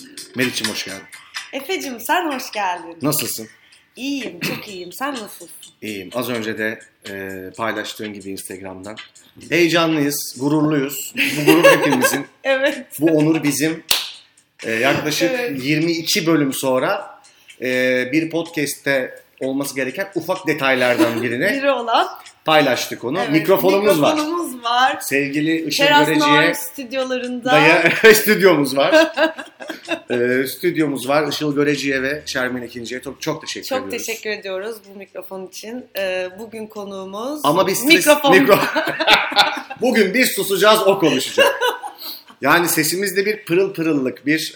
Meriç'im hoş geldin. Efe'cim sen hoş geldin. Nasılsın? İyiyim, çok iyiyim. Sen nasılsın? İyiyim. Az önce de paylaştığın gibi Instagram'dan. Heyecanlıyız, gururluyuz. Bu gurur hepimizin. Evet. Bu onur bizim. Yaklaşık 22 bölüm sonra bir podcast'te olması gereken ufak detaylardan Biri olan. paylaştık onu. Evet, mikrofonumuz var. Sevgili Işıl Göreci'ye stüdyolarında. Stüdyomuz var. Stüdyomuz var. Işıl Göreci'ye ve Şermin İkinci'ye çok teşekkür ediyoruz. Çok teşekkür ediyoruz bu mikrofon için. Bugün konuğumuz ama biz mikrofon. Bugün biz susacağız, o konuşacak. Yani sesimizde bir pırıl pırıllık, bir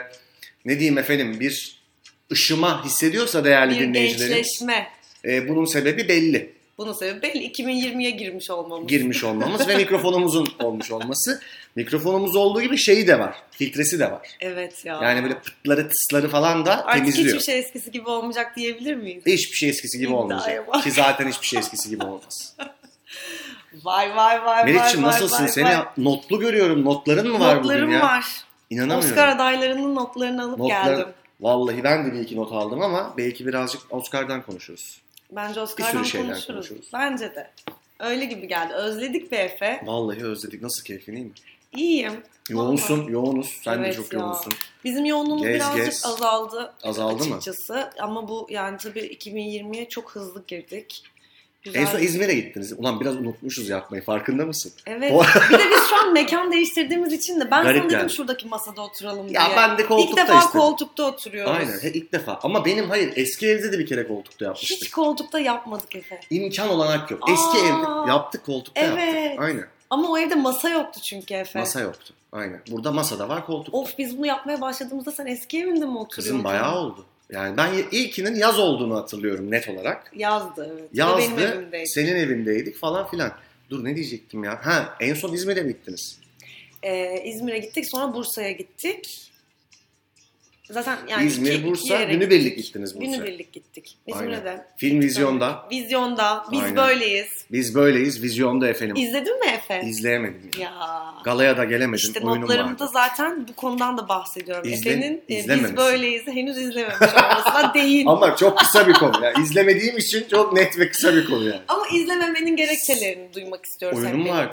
ne diyeyim efendim, bir ışıma hissediyorsa değerli dinleyicilerimiz. Bir gençleşme. Bunun sebebi belli. Bunun sebebi belli. 2020'ye girmiş olmamız ve mikrofonumuzun olmuş olması. Mikrofonumuz olduğu gibi şeyi de var. Filtresi de var. Evet ya. Yani böyle pıtları tısları falan da artık temizliyor. Artık hiçbir şey eskisi gibi olmayacak diyebilir miyiz? Hiçbir şey eskisi gibi olmayacak. Ki zaten hiçbir şey eskisi gibi olmaz. Vay. Meriç'ciğim nasılsın? Seni notlu görüyorum. Notların mı var bugün ya? Notlarım var. İnanamıyorum. Oscar adaylarının notlarını alıp geldim. Vallahi ben de bir iki not aldım ama belki birazcık Oscar'dan konuşuruz. Bence Oscar'dan konuşuruz. Bence de. Öyle gibi geldi. Özledik be Efe. Vallahi özledik. Nasıl, keyfin iyi mi? İyiyim. Yoğunuz. Sen de çok yoğunsun. Bizim yoğunluğumuz birazcık azaldı. Azaldı açıkçası. mı? Ama bu yani tabii 2020'ye çok hızlı girdik. Güzel. En son İzmir'e gittiniz. Ulan biraz unutmuşuz yapmayı. Farkında mısın? Evet. Bir de biz şu an mekan değiştirdiğimiz için de ben sana dedim yani. Şuradaki masada oturalım diye. Ya ben de koltukta İlk defa koltukta oturuyoruz. Aynen. İlk defa. Ama benim eski evde de bir kere koltukta yapmıştık. Hiç koltukta yapmadık Efe. İmkan olanak yok. Eski evde yaptık, koltukta yaptık. Aynen. Ama o evde masa yoktu çünkü Efe. Masa yoktu. Aynen. Burada masada var, koltuk. Of, biz bunu yapmaya başladığımızda sen eski evinde mi oturuyordun? Kızım bayağı oldu. Yani ben ilkinin yaz olduğunu hatırlıyorum net olarak. Yazdı evet. Yazdı. Benim evimdeydik. Senin evindeydik falan filan. Dur, ne diyecektim ya? En son İzmir'e mi gittiniz? İzmir'e gittik, sonra Bursa'ya gittik. Zaten yani İzmir, Bursa, günübirlik gittiniz Bursa'ya. Günübirlik gittik. İzmir'de. Film Vizyon'da. Vizyon'da. Biz Aynen. Böyleyiz. Biz böyleyiz. Vizyon'da efendim. İzledin mi Efe? İzleyemedim. Ya. Galaya da gelemedim. İşte notlarımda zaten bu konudan da bahsediyorum. Efe'nin Biz Böyleyiz henüz izlememiş olmasına değil. Ama çok kısa bir konu. Yani İzlemediğim için çok net ve kısa bir konu yani. Ama izlememenin gerekçelerini duymak istiyoruz. Oyunum vardı.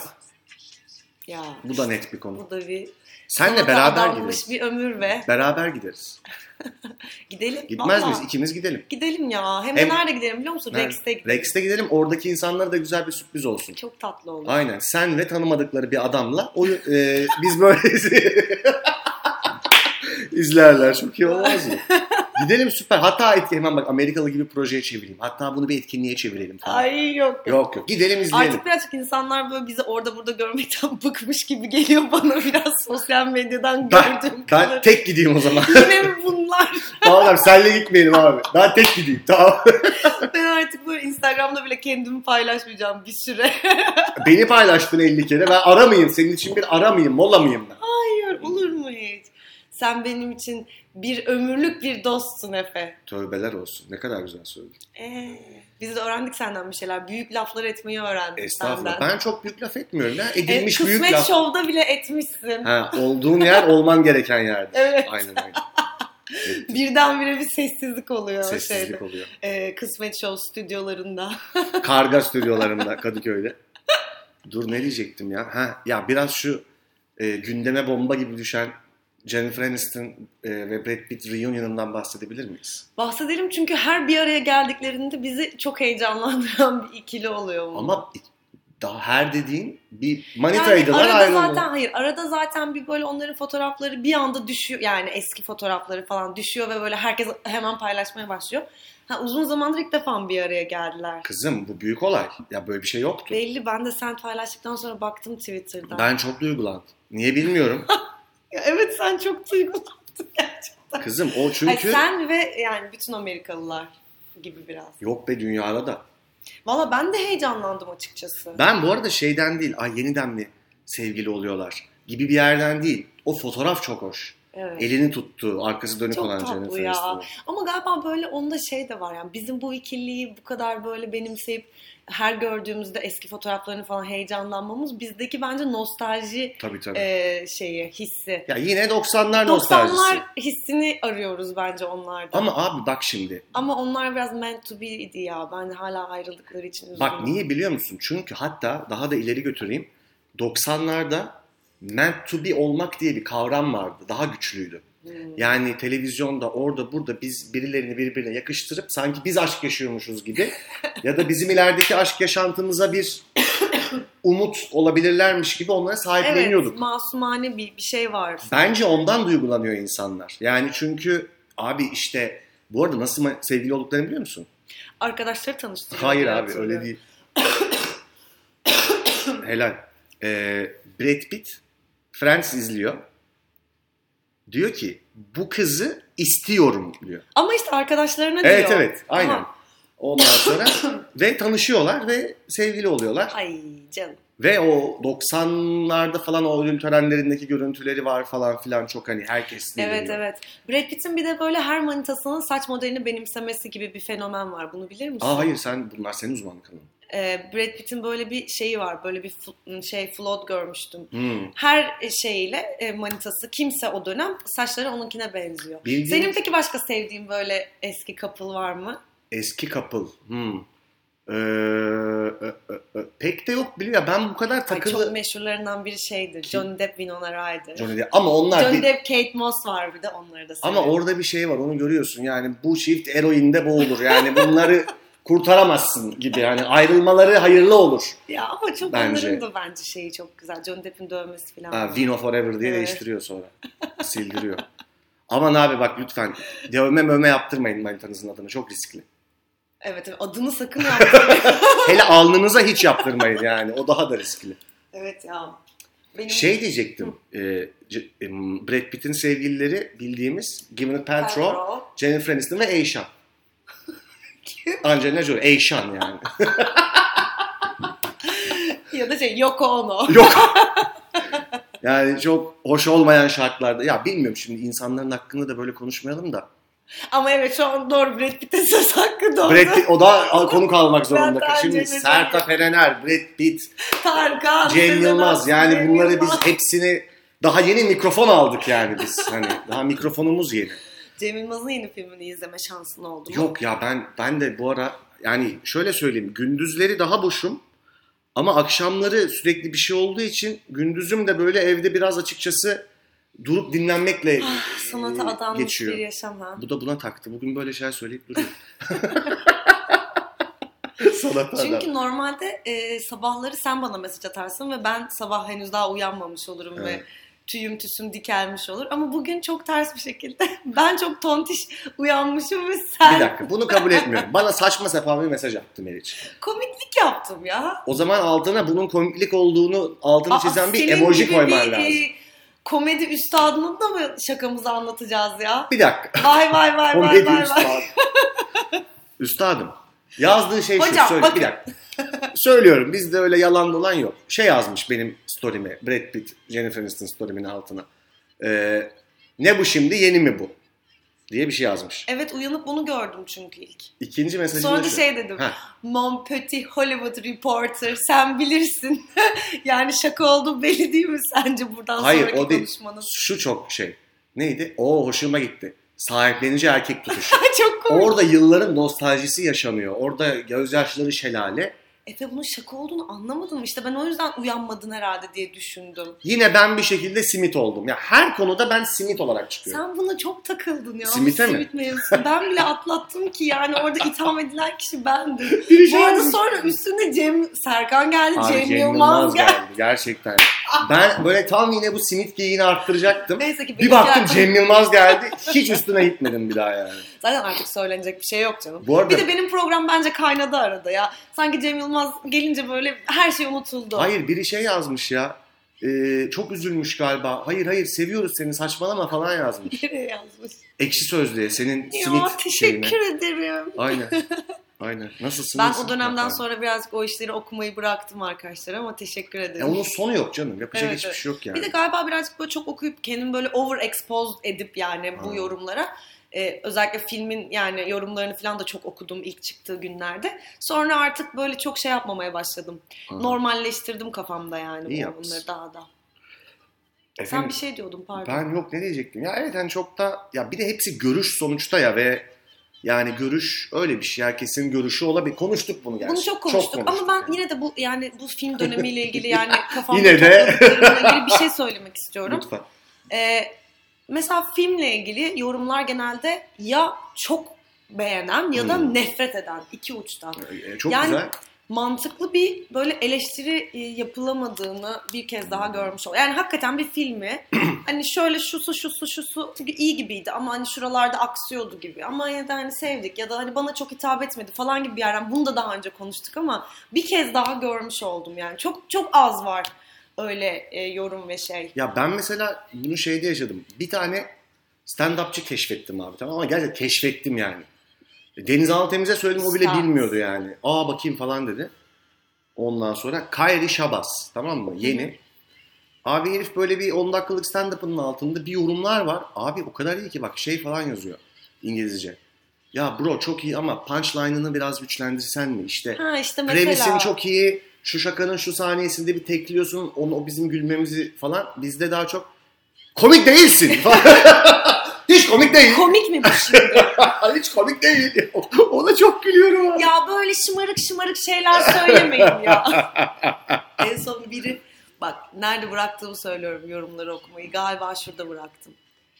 Ya. Bu da net bir konu. Bu da bir... Senle beraber gideriz. Bir ömür ve... Beraber gideriz. Gidelim. Gitmez miyiz? İkimiz gidelim. Gidelim ya. Hem nerede gidelim biliyor musun? Rex'te gidelim. Rex'te gidelim. Oradaki insanlara da güzel bir sürpriz olsun. Çok tatlı olur. Aynen. Sen ve tanımadıkları bir adamla biz böyleyiz. İzlerler. Çok iyi olmaz mı? Gidelim, süper. Hatta hemen bak, Amerikalı gibi projeye çevireyim. Hatta bunu bir etkinliğe çevirelim falan. Ay yok. Yok. Gidelim, izleyelim. Artık birazcık insanlar böyle bizi orada burada görmekten bıkmış gibi geliyor bana, biraz sosyal medyadan gördüğüm kadar. Ben tek gideyim o zaman. Yine mi bunlar? Tamam, senle gitmeyelim abi. Ben tek gideyim. Tamam. Ben artık böyle Instagram'da bile kendimi paylaşmayacağım bir süre. Beni paylaştın 50 kere. Ben aramayayım. Senin için bir aramayayım. Mola mıyım ben? Hayır, olur mu hiç? Sen benim için bir ömürlük bir dostsun Efe. Tövbeler olsun. Ne kadar güzel söyledin. Biz de öğrendik senden bir şeyler. Büyük laflar etmeyi öğrendik. Estağfurullah. Senden. Ben çok büyük laf etmiyorum ya. Edilmiş büyük laf. Kısmet Show'da bile etmişsin. Olduğun yer olman gereken yerde. Evet. Aynen. Birdenbire bir sessizlik oluyor. Sessizlik oluyor. Kısmet Show stüdyolarında. Karga stüdyolarında Kadıköy'de. Dur, ne diyecektim ya? Ya biraz şu gündeme bomba gibi düşen Jennifer Aniston ve Brad Pitt reunion'ından bahsedebilir miyiz? Bahsedelim, çünkü her bir araya geldiklerinde bizi çok heyecanlandıran bir ikili oluyor mu? Ama daha her dediğin bir manitaydılar, ayrıldı. Arada zaten bir böyle onların fotoğrafları bir anda düşüyor. Yani eski fotoğrafları falan düşüyor ve böyle herkes hemen paylaşmaya başlıyor. Uzun zamandır ilk defa bir araya geldiler. Kızım, bu büyük olay. Ya böyle bir şey yoktu. Belli, ben de sen paylaştıktan sonra baktım Twitter'dan. Ben çok duygulandım. Niye bilmiyorum. Ya evet, sen çok duygulandın gerçekten. Kızım o çünkü... sen ve yani bütün Amerikalılar gibi biraz. Yok be, dünyada da. Valla ben de heyecanlandım açıkçası. Ben bu arada şeyden değil, yeniden mi sevgili oluyorlar gibi bir yerden değil. O fotoğraf çok hoş. Evet. Elini tuttu. Arkası dönük Çok olan tatlı Jennifer ya. Aniston'u. Ama galiba böyle onda şey de var yani bizim bu ikiliyi bu kadar böyle benimseyip her gördüğümüzde eski fotoğraflarını falan heyecanlanmamız bizdeki bence nostalji Tabii tabii. hissi. Ya yine 90'lar nostaljisi. 90'lar hissini arıyoruz bence onlarda. Ama abi bak şimdi. Ama onlar biraz meant to be'ydi ya. Ben hala ayrıldıkları için üzüldüm. Bak niye biliyor musun? Çünkü hatta daha da ileri götüreyim. 90'larda meant to be olmak diye bir kavram vardı. Daha güçlüydü. Yani televizyonda orada burada biz birilerini birbirine yakıştırıp sanki biz aşk yaşıyormuşuz gibi ya da bizim ilerideki aşk yaşantımıza bir umut olabilirlermiş gibi onlara sahipleniyorduk. Evet, masumane bir şey var. Bence ondan duygulanıyor insanlar. Yani çünkü abi işte bu arada nasıl sevgili olduklarını biliyor musun? Arkadaşları tanıştırıyor. Hayır abi öyle değil. Helal. Brad Pitt Friends izliyor. Diyor ki bu kızı istiyorum diyor. Ama işte arkadaşlarına diyor. Evet aynen. Aha. Ondan sonra ve tanışıyorlar ve sevgili oluyorlar. Ay canım. Ve o 90'larda falan o ödül törenlerindeki görüntüleri var falan filan çok hani herkes Evet. Brad Pitt'in bir de böyle her manitasının saç modelini benimsemesi gibi bir fenomen var. Bunu bilir misin? Hayır bunlar senin uzmanlık alanın. Brad Pitt'in böyle bir şeyi var. Böyle bir float görmüştüm. Hmm. Her şeyiyle manitası kimse o dönem saçları onunkine benziyor. Bildiğin... Senin peki başka sevdiğin böyle eski couple var mı? Eski couple. Pek de yok biliyor. Ben bu kadar takılı... Çok meşhurlarından biri şeydir. Johnny Depp, Winona Ryder. Johnny Depp. Ama onlar... Johnny Depp, Kate Moss var bir de onları da seviyorum. Ama orada bir şey var onu görüyorsun. Yani bu çift eroinde boğulur. Yani bunları kurtaramazsın gibi. Yani ayrılmaları hayırlı olur. Ya ama çok bence. onların da bence şeyi çok güzel. Johnny Depp'in dövmesi falan. Vino Forever diye değiştiriyor sonra. Sildiriyor. Aman abi bak lütfen dövme yaptırmayın manitanızın adını. Çok riskli. Evet adını sakın yaptırmayın. Hele alnınıza hiç yaptırmayın yani. O daha da riskli. Evet ya. Benim... Şey diyecektim. Brad Pitt'in sevgilileri bildiğimiz Gwyneth Paltrow, Jennifer Aniston ve Eyşan. Angelina Jolie. Eyşan yani. Ya da Yoko Ono. Yok. Yani çok hoş olmayan şartlarda. Ya bilmiyorum şimdi insanların hakkında da böyle konuşmayalım da. Ama evet şu an doğru Brad Pitt'in söz hakkı doğru. Brad Pitt o da konuk almak zorunda. Şimdi Sertab Erener, Brad Pitt, Tarkan, Cem Yılmaz yani bunları biz hepsini daha yeni mikrofon aldık yani biz. Hani daha mikrofonumuz yeni. Cem Yılmaz'ın yeni filmini izleme şansın oldu mu? Yok ya ben de bu ara yani şöyle söyleyeyim gündüzleri daha boşum ama akşamları sürekli bir şey olduğu için gündüzüm de böyle evde biraz açıkçası durup dinlenmekle sanata adanmış geçiyor. Bir yaşam ha. Bu da buna taktı. Bugün böyle şeyler söyleyip duruyor. Çünkü normalde sabahları sen bana mesaj atarsın ve ben sabah henüz daha uyanmamış olurum evet. Ve tüyüm tüsüm dikelmiş olur. Ama bugün çok ters bir şekilde ben çok tontiş uyanmışım ve sen... Bir dakika bunu kabul etmiyorum. Bana saçma sapan bir mesaj attı Meriç. Komiklik yaptım ya. O zaman altına bunun komiklik olduğunu altını çizen bir emoji koyman lazım. Komedi üstadının da mı şakamızı anlatacağız ya? Bir dakika. Vay. Komedi üstadı. Üstadım. Yazdığın şey hocam, şu. Söyle, bakın. bir dakika. Söylüyorum. Bizde öyle yalan dolan yok. Şey yazmış benim story'me. Brad Pitt, Jennifer Aniston story'min altına. Ne bu şimdi? Yeni mi bu? Diye bir şey yazmış. Evet uyanıp bunu gördüm çünkü ilk. İkinci mesajı sonra da şey dedim. Mon petit Hollywood reporter sen bilirsin. Yani şaka olduğu belli değil mi sence buradan sonraki konuşmanın? Hayır şu çok şey. Neydi? Hoşuma gitti. Sahiplenici erkek tutuş. Çok komik. Orada yılların nostaljisi yaşanıyor. Orada gözyaşları şelale. Efe bunun şaka olduğunu anlamadım. İşte ben o yüzden uyanmadın herhalde diye düşündüm. Yine ben bir şekilde simit oldum. Ya her konuda ben simit olarak çıkıyorum. Sen buna çok takıldın ya. Simite mi? Simit mevzusu. Ben bile atlattım ki yani orada itham edilen kişi bendim. Bu arada sonra üstüne Serkan geldi, Cem Yılmaz geldi. Gerçekten. Ben böyle tam yine bu simit geyiğini arttıracaktım. Neyse ki bir baktım Cem Yılmaz geldi. Hiç üstüne gitmedim bir daha yani. Zaten artık söylenecek bir şey yok canım. Bu arada... Bir de benim program bence kaynadı arada ya. Sanki Cem Yılmaz gelince böyle her şey unutuldu. Hayır biri şey yazmış ya. Çok üzülmüş galiba. Hayır seviyoruz seni saçmalama falan yazmış. Nereye yazmış? Ekşi Sözlüğe senin simit teşekkür ederim. Aynen. Aynen. Nasılsın? Ben o dönemden sonra birazcık o işleri okumayı bıraktım arkadaşlar ama teşekkür ederim. Onun sonu yok canım. Yapacak hiçbir şey yok yani. Bir de galiba birazcık böyle çok okuyup kendimi böyle overexposed edip yani bu yorumlara. Özellikle filmin yani yorumlarını falan da çok okudum ilk çıktığı günlerde. Sonra artık böyle çok şey yapmamaya başladım. Normalleştirdim kafamda yani bu yorumları daha da. Efendim, sen bir şey diyordun pardon. Ben yok ne diyecektim. Ya evet hani çok da ya bir de hepsi görüş sonuçta ya ve yani görüş öyle bir şey. Herkesin görüşü olabilir. Konuştuk bunu gerçi. Bunu çok konuştuk ama ben yine de bu film dönemiyle ilgili yani kafamda yine de ilgili bir şey söylemek istiyorum. Lütfen. Mesela filmle ilgili yorumlar genelde ya çok beğenen ya da nefret eden iki uçtan. Çok yani, güzel. Mantıklı bir böyle eleştiri yapılamadığını bir kez daha görmüş oldum. Yani hakikaten bir filmi hani şöyle şusu iyi gibiydi ama hani şuralarda aksıyordu gibi. Ama ya da hani sevdik ya da hani bana çok hitap etmedi falan gibi bir yerden bunu da daha önce konuştuk ama bir kez daha görmüş oldum yani. Çok çok az var öyle yorum ve şey. Ya ben mesela bunu şeyde yaşadım. Bir tane stand-upçı keşfettim abi tamam ama gerçekten keşfettim yani. Deniz Altemiz'e söyledim o bile bilmiyordu yani. Aa bakayım falan dedi. Ondan sonra Kayri Şabas tamam mı? Yeni. Abi herif böyle bir 10 dakikalık stand-up'ının altında bir yorumlar var. Abi o kadar iyi ki bak şey falan yazıyor İngilizce. Ya bro çok iyi ama punchline'ını biraz güçlendirsen mi? İşte mesela. Premisin çok iyi. Şu şakanın şu saniyesinde bir tekliyorsun. O bizim gülmemizi falan. Bizde daha çok komik değilsin falan. Hiç komik değil. Komik mi bu şimdi? Hiç komik değil. Ona çok gülüyorum abi. Ya böyle şımarık şeyler söylemeyin ya. En son biri bak nerede bıraktığımı söylüyorum yorumları okumayı. Galiba şurada bıraktım.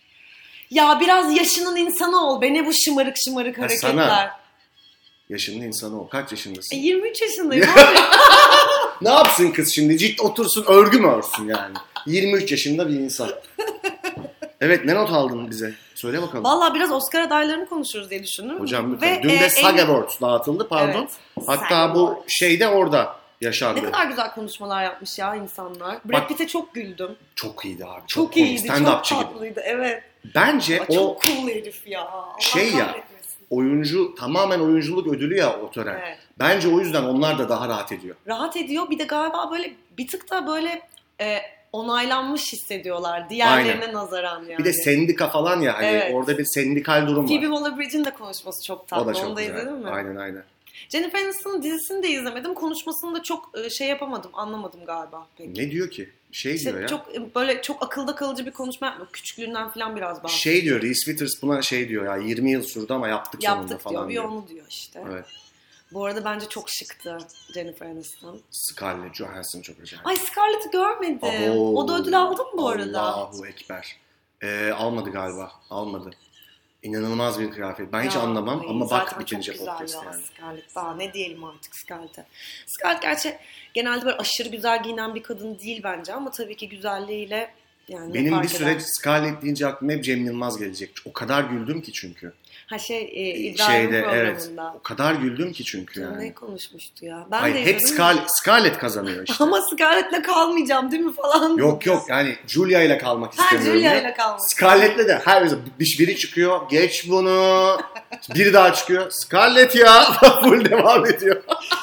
Ya biraz yaşının insanı ol. Be ne bu şımarık hareketler. Sana. Yaşının insanı ol. Kaç yaşındasın? 23 yaşındayım. Ne yapsın kız şimdi? Cilt otursun örgü mü örsün yani? 23 yaşında bir insan. Evet ne not aldın bize? Söyle bakalım. Valla biraz Oscar adaylarını konuşuruz diye düşündüm. Hocam lütfen. Dün de SAG Awards dağıtıldı pardon. Evet, hatta bu şey de orada yaşandı. Ne kadar güzel konuşmalar yapmış ya insanlar. Brad Pitt'e çok güldüm. Çok iyiydi abi. Çok iyiydi. Çok tatlıydı. Evet. Bence o çok cool herif ya. Şey ya oyuncu tamamen oyunculuk ödülü ya o tören. Evet. Bence o yüzden onlar da daha rahat ediyor. Rahat ediyor. Bir de galiba böyle bir tık da böyle onaylanmış hissediyorlar diğerlerine nazaran yani. Bir de sendika falan ya hani orada bir sendikal durum var. Phoebe Waller-Bridge'in de konuşması çok tatlı. O da çok onu da güzel. izledin mi? Aynen. Jennifer Aniston'un dizisini de izlemedim. Konuşmasını da çok şey yapamadım. Anlamadım galiba. Peki. Ne diyor ki? Diyor ya. Çok böyle çok akılda kalıcı bir konuşma yapmıyor. Küçüklüğünden falan biraz bahsediyor. Şey diyor Reese Witherspoon'a şey diyor ya 20 yıl sürdü ama yaptık sonunda falan diyor. Bir onu diyor işte. Evet. Bu arada bence çok şıktı Jennifer Aniston. Scarlett Johansson çok acayip. Ay Scarlett'ı görmedim. O da ödül aldı mı bu arada? Allahu Ekber. Almadı galiba. Almadı. İnanılmaz bir kıyafet. Ben hiç anlamam ama bak bitince podcast'te yani. Scarlett. Daha ne diyelim artık Scarlett'e. Scarlett gerçi genelde böyle aşırı güzel giyinen bir kadın değil bence ama tabii ki güzelliğiyle yani benim bir süre Scarlett deyince aklıma hep Cem Yılmaz gelecek. O kadar güldüm ki çünkü. İbrahim programında. Evet. O kadar güldüm ki çünkü yani. Ne konuşmuştu ya? Ben de hep Scarlett kazanıyor işte. Ama Scarlett'le kalmayacağım değil mi falan. Yok yani Julia ile kalmak istemiyorum. Julia ile kalmak. Scarlett'le de her biri çıkıyor. Geç bunu. Biri daha çıkıyor. Scarlett ya. Full devam ediyor.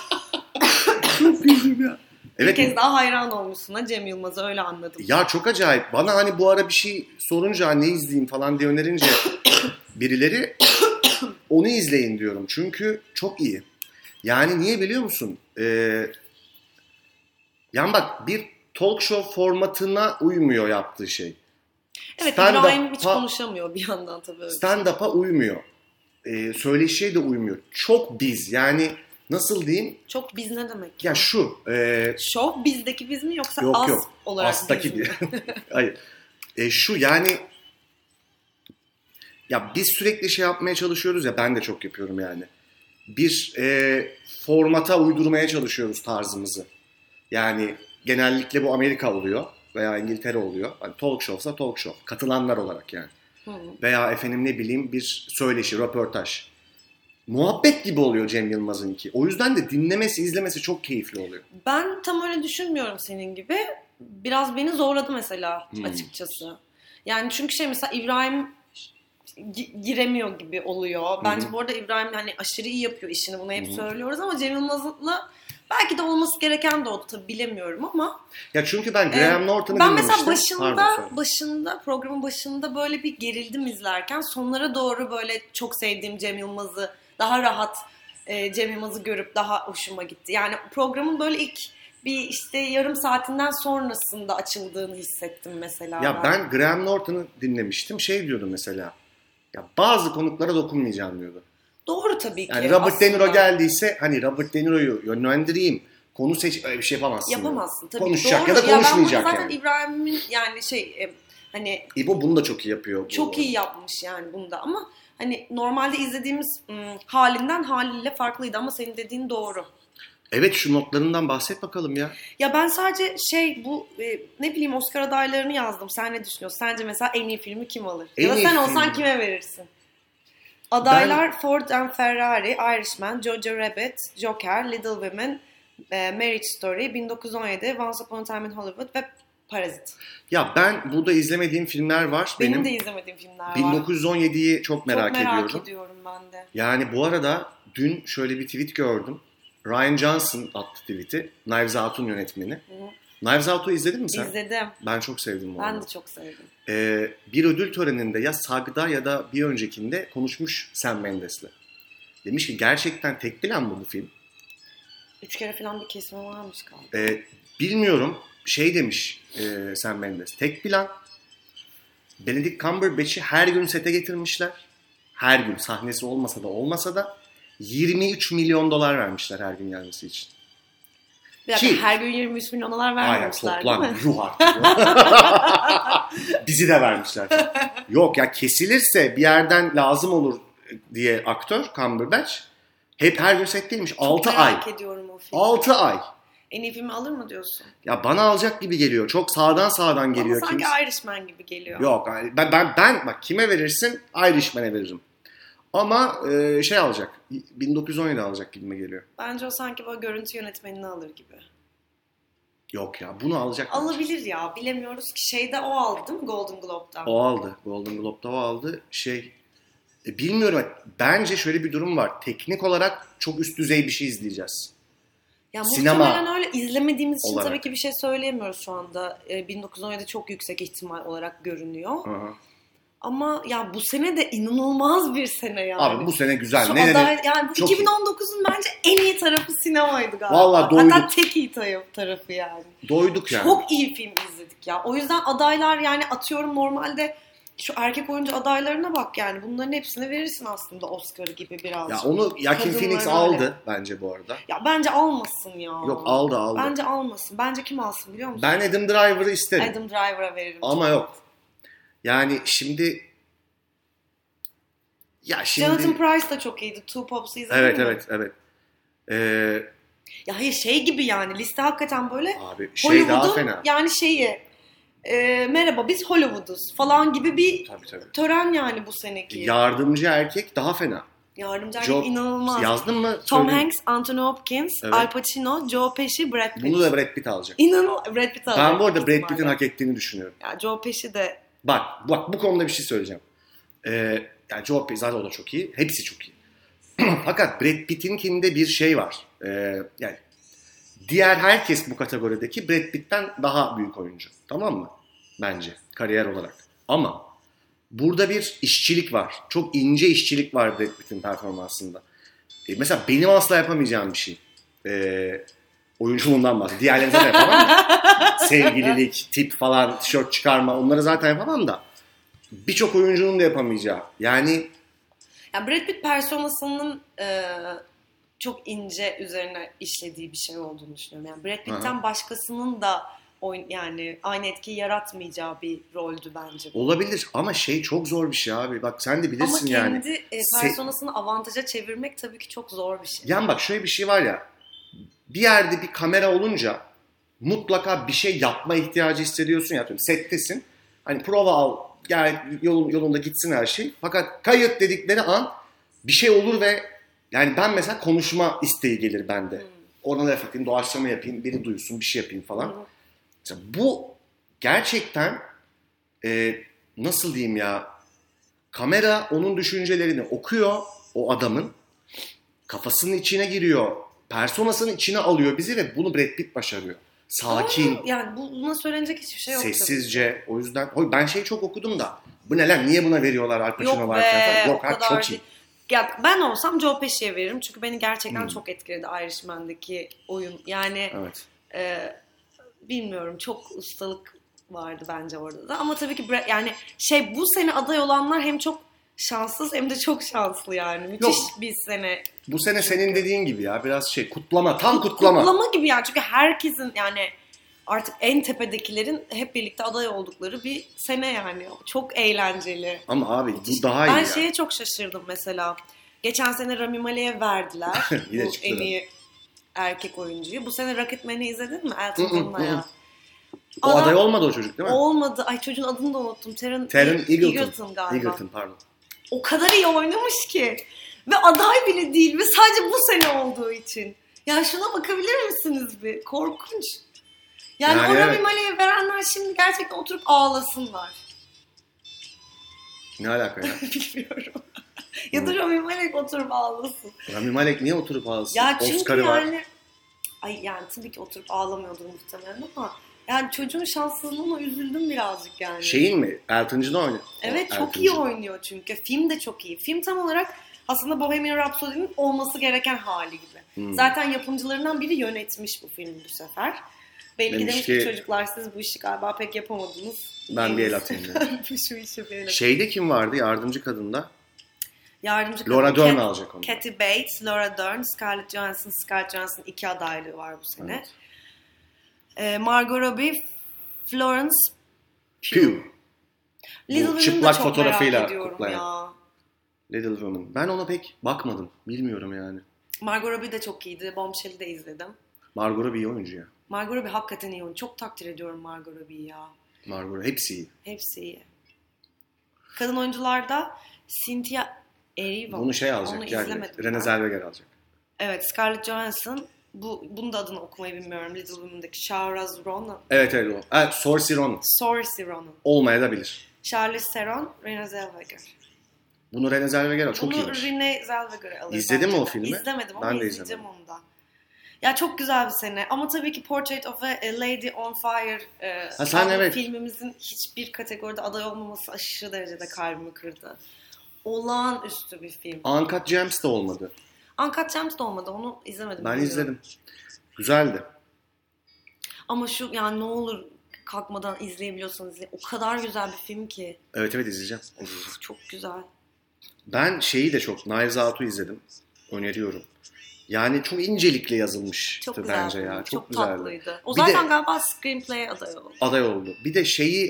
Çok güldüm ya. Evet. Bir kez daha hayran olmuşsun ha Cem Yılmaz'a öyle anladım. Ya çok acayip. Bana hani bu ara bir şey sorunca ne izleyeyim falan diye önerince birileri onu izleyin diyorum. Çünkü çok iyi. Yani niye biliyor musun? Yani bak bir talk show formatına uymuyor yaptığı şey. Evet İbrahim hiç konuşamıyor bir yandan tabii. Stand-up'a uymuyor. Söyleşiye de uymuyor. Çok biz yani nasıl diyeyim? Çok biz ne demek? Ya şu. Show bizdeki biz mi yoksa yok, az yok. olarak As'taki biz mi? Hayır. Şu yani ya biz sürekli şey yapmaya çalışıyoruz ya ben de çok yapıyorum yani. Bir formata uydurmaya çalışıyoruz tarzımızı. Yani genellikle bu Amerika oluyor veya İngiltere oluyor. Hani talk show'sa talk show. Katılanlar olarak yani. Veya efendim ne bileyim bir söyleşi, röportaj. Muhabbet gibi oluyor Cem Yılmaz'ınki. O yüzden de dinlemesi, izlemesi çok keyifli oluyor. Ben tam öyle düşünmüyorum senin gibi. Biraz beni zorladı mesela açıkçası. Yani çünkü mesela İbrahim giremiyor gibi oluyor. Bence bu arada İbrahim hani aşırı iyi yapıyor işini. Bunu hep söylüyoruz ama Cem Yılmaz'la belki de olması gereken de oldu tabii, bilemiyorum ama. Ya çünkü ben Graham Norton'u ben dinlemiştim. mesela programın başında böyle bir gerildim izlerken. Sonlara doğru böyle çok sevdiğim Cem Yılmaz'ı, daha rahat Cem Yılmaz'ı görüp daha hoşuma gitti. Yani programın böyle ilk bir işte yarım saatinden sonrasında açıldığını hissettim mesela. Ya ben Graham Norton'u dinlemiştim. Şey diyordu mesela. Ya bazı konuklara dokunmayacağım diyordu. Doğru tabii ki. Yani Robert De Niro geldiyse hani Robert De Niro'yu yönlendireyim. Konu seç, öyle bir şey yapamazsın. Yapamazsın tabii. Konuşacak doğru. ya da konuşmayacak ben zaten yani. İbrahim'in yani hani İbo bunu da çok iyi yapıyor. Çok iyi yapmış yani bunda ama hani normalde izlediğimiz haliyle farklıydı ama senin dediğin doğru. Evet, şu notlarından bahset bakalım ya. Ya ben sadece ne bileyim Oscar adaylarını yazdım. Sen ne düşünüyorsun? Sence mesela en iyi filmi kim alır? Ya da sen olsan kime verirsin? Adaylar Ford and Ferrari, Irishman, Jojo Rabbit, Joker, Little Women, Marriage Story, 1917, Once Upon a Time in Hollywood ve Parazit. Ya ben burada izlemediğim filmler var. Benim de izlemediğim filmler var. 1917'yi çok merak ediyorum. Çok merak ediyorum ben de. Yani bu arada dün şöyle bir tweet gördüm. Ryan Johnson attı tweet'i. Knives Out'un yönetmeni. Knives Out'u izledin mi sen? İzledim. Ben çok sevdim. Ben de çok sevdim. Bir ödül töreninde ya SAG'da ya da bir öncekinde konuşmuş Sam Mendes'le. Demiş ki gerçekten tek plan mı bu film? 3 kere falan bir kesme varmış galiba. Bilmiyorum. Şey demiş Sam Mendes. Tek plan. Benedict Cumberbatch'i her gün sete getirmişler. Her gün, sahnesi olmasa da 23 milyon dolar vermişler her gün gelmesi için. Bir dakika, her gün 23 milyon dolar vermemişler değil mi? Toplam ruh artık. Bizi de vermişler. Yok ya, kesilirse bir yerden lazım olur diye aktör Cumberbatch hep her gün setteymiş. 6 ay. Merak ediyorum o filmi. 6 ay. En iyi filmi alır mı diyorsun? Ya bana alacak gibi geliyor. Çok sağdan geliyor. Ama sanki Irishman gibi geliyor. Yok. Ben bak, kime verirsin? Irishman'e veririm. Ama alacak. 1917 alacak gibime geliyor. Bence o sanki böyle görüntü yönetmenini alır gibi. Yok ya, bunu alacak. Alabilir bence. Ya, bilemiyoruz ki. O aldı değil mi Golden Globe'dan? O aldı. Golden Globe'da o aldı. Bilmiyorum. Bence şöyle bir durum var. Teknik olarak çok üst düzey bir şey izleyeceğiz. Ya Sinema muhtemelen öyle, izlemediğimiz için olarak. Tabii ki bir şey söyleyemiyoruz şu anda. 1917 çok yüksek ihtimal olarak görünüyor. Hı-hı. Ama ya bu sene de inanılmaz bir sene yani. Abi bu sene güzel. Yani bu 2019'un bence en iyi tarafı sinemaydı galiba. Vallahi doyduk. Hatta tek iyi tarafı yani. Doyduk yani. Çok iyi film izledik ya. O yüzden adaylar, yani atıyorum normalde şu erkek oyuncu adaylarına bak yani. Bunların hepsine verirsin aslında Oscar gibi birazcık. Ya onu Joaquin Phoenix aldı bence bu arada. Ya bence almasın ya. Yok, aldı. Bence almasın. Bence kim alsın biliyor musun? Ben Adam Driver'ı isterim. Adam Driver'a veririm. Ama yok. Yani şimdi... Jonathan Pryce da çok iyiydi. Two Pops'u izledin mi? Evet. Ya hayır, gibi yani. Liste hakikaten böyle abi, daha fena. Yani merhaba biz Hollywood'uz falan gibi bir tabii. tören yani bu seneki. Yardımcı erkek daha fena. Yardımcı erkek inanılmaz. Yazdın mı? Tom Hanks, Anthony Hopkins, Al Pacino, Joe Pesci, Brad Pitt. Bunu da Brad Pitt alacak. Brad Pitt alacak. Ben bu arada Brad Pitt'in hak ettiğini düşünüyorum. Ya Joe Pesci de... Bak bu konuda bir şey söyleyeceğim. Yani Joe Pesci zaten o da çok iyi. Hepsi çok iyi. Fakat Brad Pitt'inkinde bir şey var. Yani diğer herkes bu kategorideki Brad Pitt'ten daha büyük oyuncu. Tamam mı? Bence kariyer olarak. Ama burada bir işçilik var. Çok ince işçilik var Brad Pitt'in performansında. Mesela benim asla yapamayacağım bir şey. Oyunculuğundan bahsediyorum. Diğerlerini zaten yapamam da. Sevgililik, tip falan, tişört çıkarma, onları zaten yapamam da. Birçok oyuncunun da yapamayacağı. Yani Brad Pitt personasının çok ince üzerine işlediği bir şey olduğunu düşünüyorum. Yani Brad Pitt'ten başkasının da yani aynı etkiyi yaratmayacağı bir roldü bence. Olabilir ama çok zor bir şey abi. Bak sen de bilirsin yani. Ama kendi personasını avantaja çevirmek tabii ki çok zor bir şey. Yani bak şöyle bir şey var ya. Bir yerde bir kamera olunca mutlaka bir şey yapma ihtiyacı hissediyorsun ya. Settesin. Hani prova al. Yani yolunda gitsin her şey. Fakat kayıt dedikleri an bir şey olur ve yani ben mesela konuşma isteği gelir bende. Oradan laf edeyim, doğaçlama yapayım, biri duysun, bir şey yapayım falan. Mesela bu gerçekten nasıl diyeyim ya, Kamera onun düşüncelerini okuyor, o adamın. Kafasının içine giriyor. Personasının içine alıyor bizi ve bunu Brad Pitt başarıyor. Sakin. Yani buna söylenecek hiçbir şey yok. Sessizce. O yüzden ben şeyi çok okudum da. Bu ne lan? Niye buna veriyorlar Al Pacino varken? Yok ha, çok iyi. Ya ben olsam Joe Pesci'ye veririm. Çünkü beni gerçekten çok etkiledi Irishman'daki oyun. Yani evet. Bilmiyorum, çok ustalık vardı bence orada da. Ama tabii ki yani bu sene aday olanlar hem çok şanssız hem de çok şanslı yani. Müthiş bir sene. Bu sene senin dediğin gibi ya biraz kutlama, tam kutlama. Kutlama gibi yani, çünkü herkesin yani artık en tepedekilerin hep birlikte aday oldukları bir sene yani. Çok eğlenceli. Ama abi bu daha iyi Ben ya. şeye çok şaşırdım mesela. Geçen sene Rami Malek'e verdiler. Yine bu en iyi erkek oyuncuyu. Bu sene Rocketman'i izledin mi? Elton John'la ya. O aday olmadı o çocuk değil mi? Olmadı. Ay, çocuğun adını da unuttum. Taron Egerton galiba. Egerton, pardon. O kadar iyi oynamış ki. Ve aday bile değil. Ve sadece bu sene olduğu için. Ya şuna bakabilir misiniz bir? Korkunç. Yani o Rami Malek'e verenler şimdi gerçekten oturup ağlasınlar. Ne alaka ya? Bilmiyorum. Ya da Rami Malek oturup ağlasın. Rami Malek niye oturup ağlasın? Ya çünkü Oscar'ı yani... var. Ay yani tabii ki oturup ağlamıyordur muhtemelen ama... Yani çocuğun şanssızlığına üzüldüm birazcık yani. Şeyin mi? Elton John oynuyor. Evet, çok iyi oynuyor çünkü. Film de çok iyi. Film tam olarak aslında Bohemian Rhapsody'nin olması gereken hali gibi. Zaten yapımcılarından biri yönetmiş bu filmi bu sefer. Belki demiş ki çocuklar, siz bu işi galiba pek yapamadınız. Ben bir el atayım. Şu işi bir el atayım. Şeyde kim vardı yardımcı kadında? Yardımcı kadın. Laura Dern alacak onu. Kathy Bates, Laura Dern, Scarlett Johansson 2 adaylığı var bu sene. Evet. Margot Robbie, Florence Pugh. Little Women'ı da çok merak ediyorum ya. Little Women. Ben ona pek bakmadım. Bilmiyorum yani. Margot Robbie de çok iyiydi. Bombshell'i de izledim. Margot Robbie iyi oyuncu ya. Margot Robbie hakikaten iyi oyuncu. Çok takdir ediyorum Margot Robbie'yi ya. Margot Robbie hepsi iyi. Hepsi iyi. Kadın oyuncularda Cynthia Erivo. Bunu alacak. Renée Zellweger alacak. Evet, Scarlett Johansson. Bunun da adını okumayı bilmiyorum. Little Women'daki Saoirse Ronan. Evet o. Evet, Saoirse Ronan. Olmayabilir. Charlize Theron, Renée Zellweger. Bunu Renée Zellweger al. Çok iyiymiş. Bunu Renée Zellweger alır. İzledin mi o filmi? İzlemedim ama izleyeceğim onu da. Ya çok güzel bir sene. Ama tabii ki Portrait of a Lady on Fire filmimizin hiçbir kategoride aday olmaması aşırı derecede kalbimi kırdı. Olağanüstü bir film. Uncut Gems de olmadı. Uncut Gems de olmadı. Onu izlemedim. Ben izledim. Güzeldi. Ama yani ne olur kalkmadan izleyebiliyorsanız izleyin. O kadar güzel bir film ki. Evet izleyeceğim. Çok güzel. Ben şeyi de çok, Knives Out'u izledim. Öneriyorum. Yani çok incelikle yazılmıştı çok bence ya. Çok güzeldi. Tatlıydı. O zaten galiba screenplay aday oldu. Bir de şeyi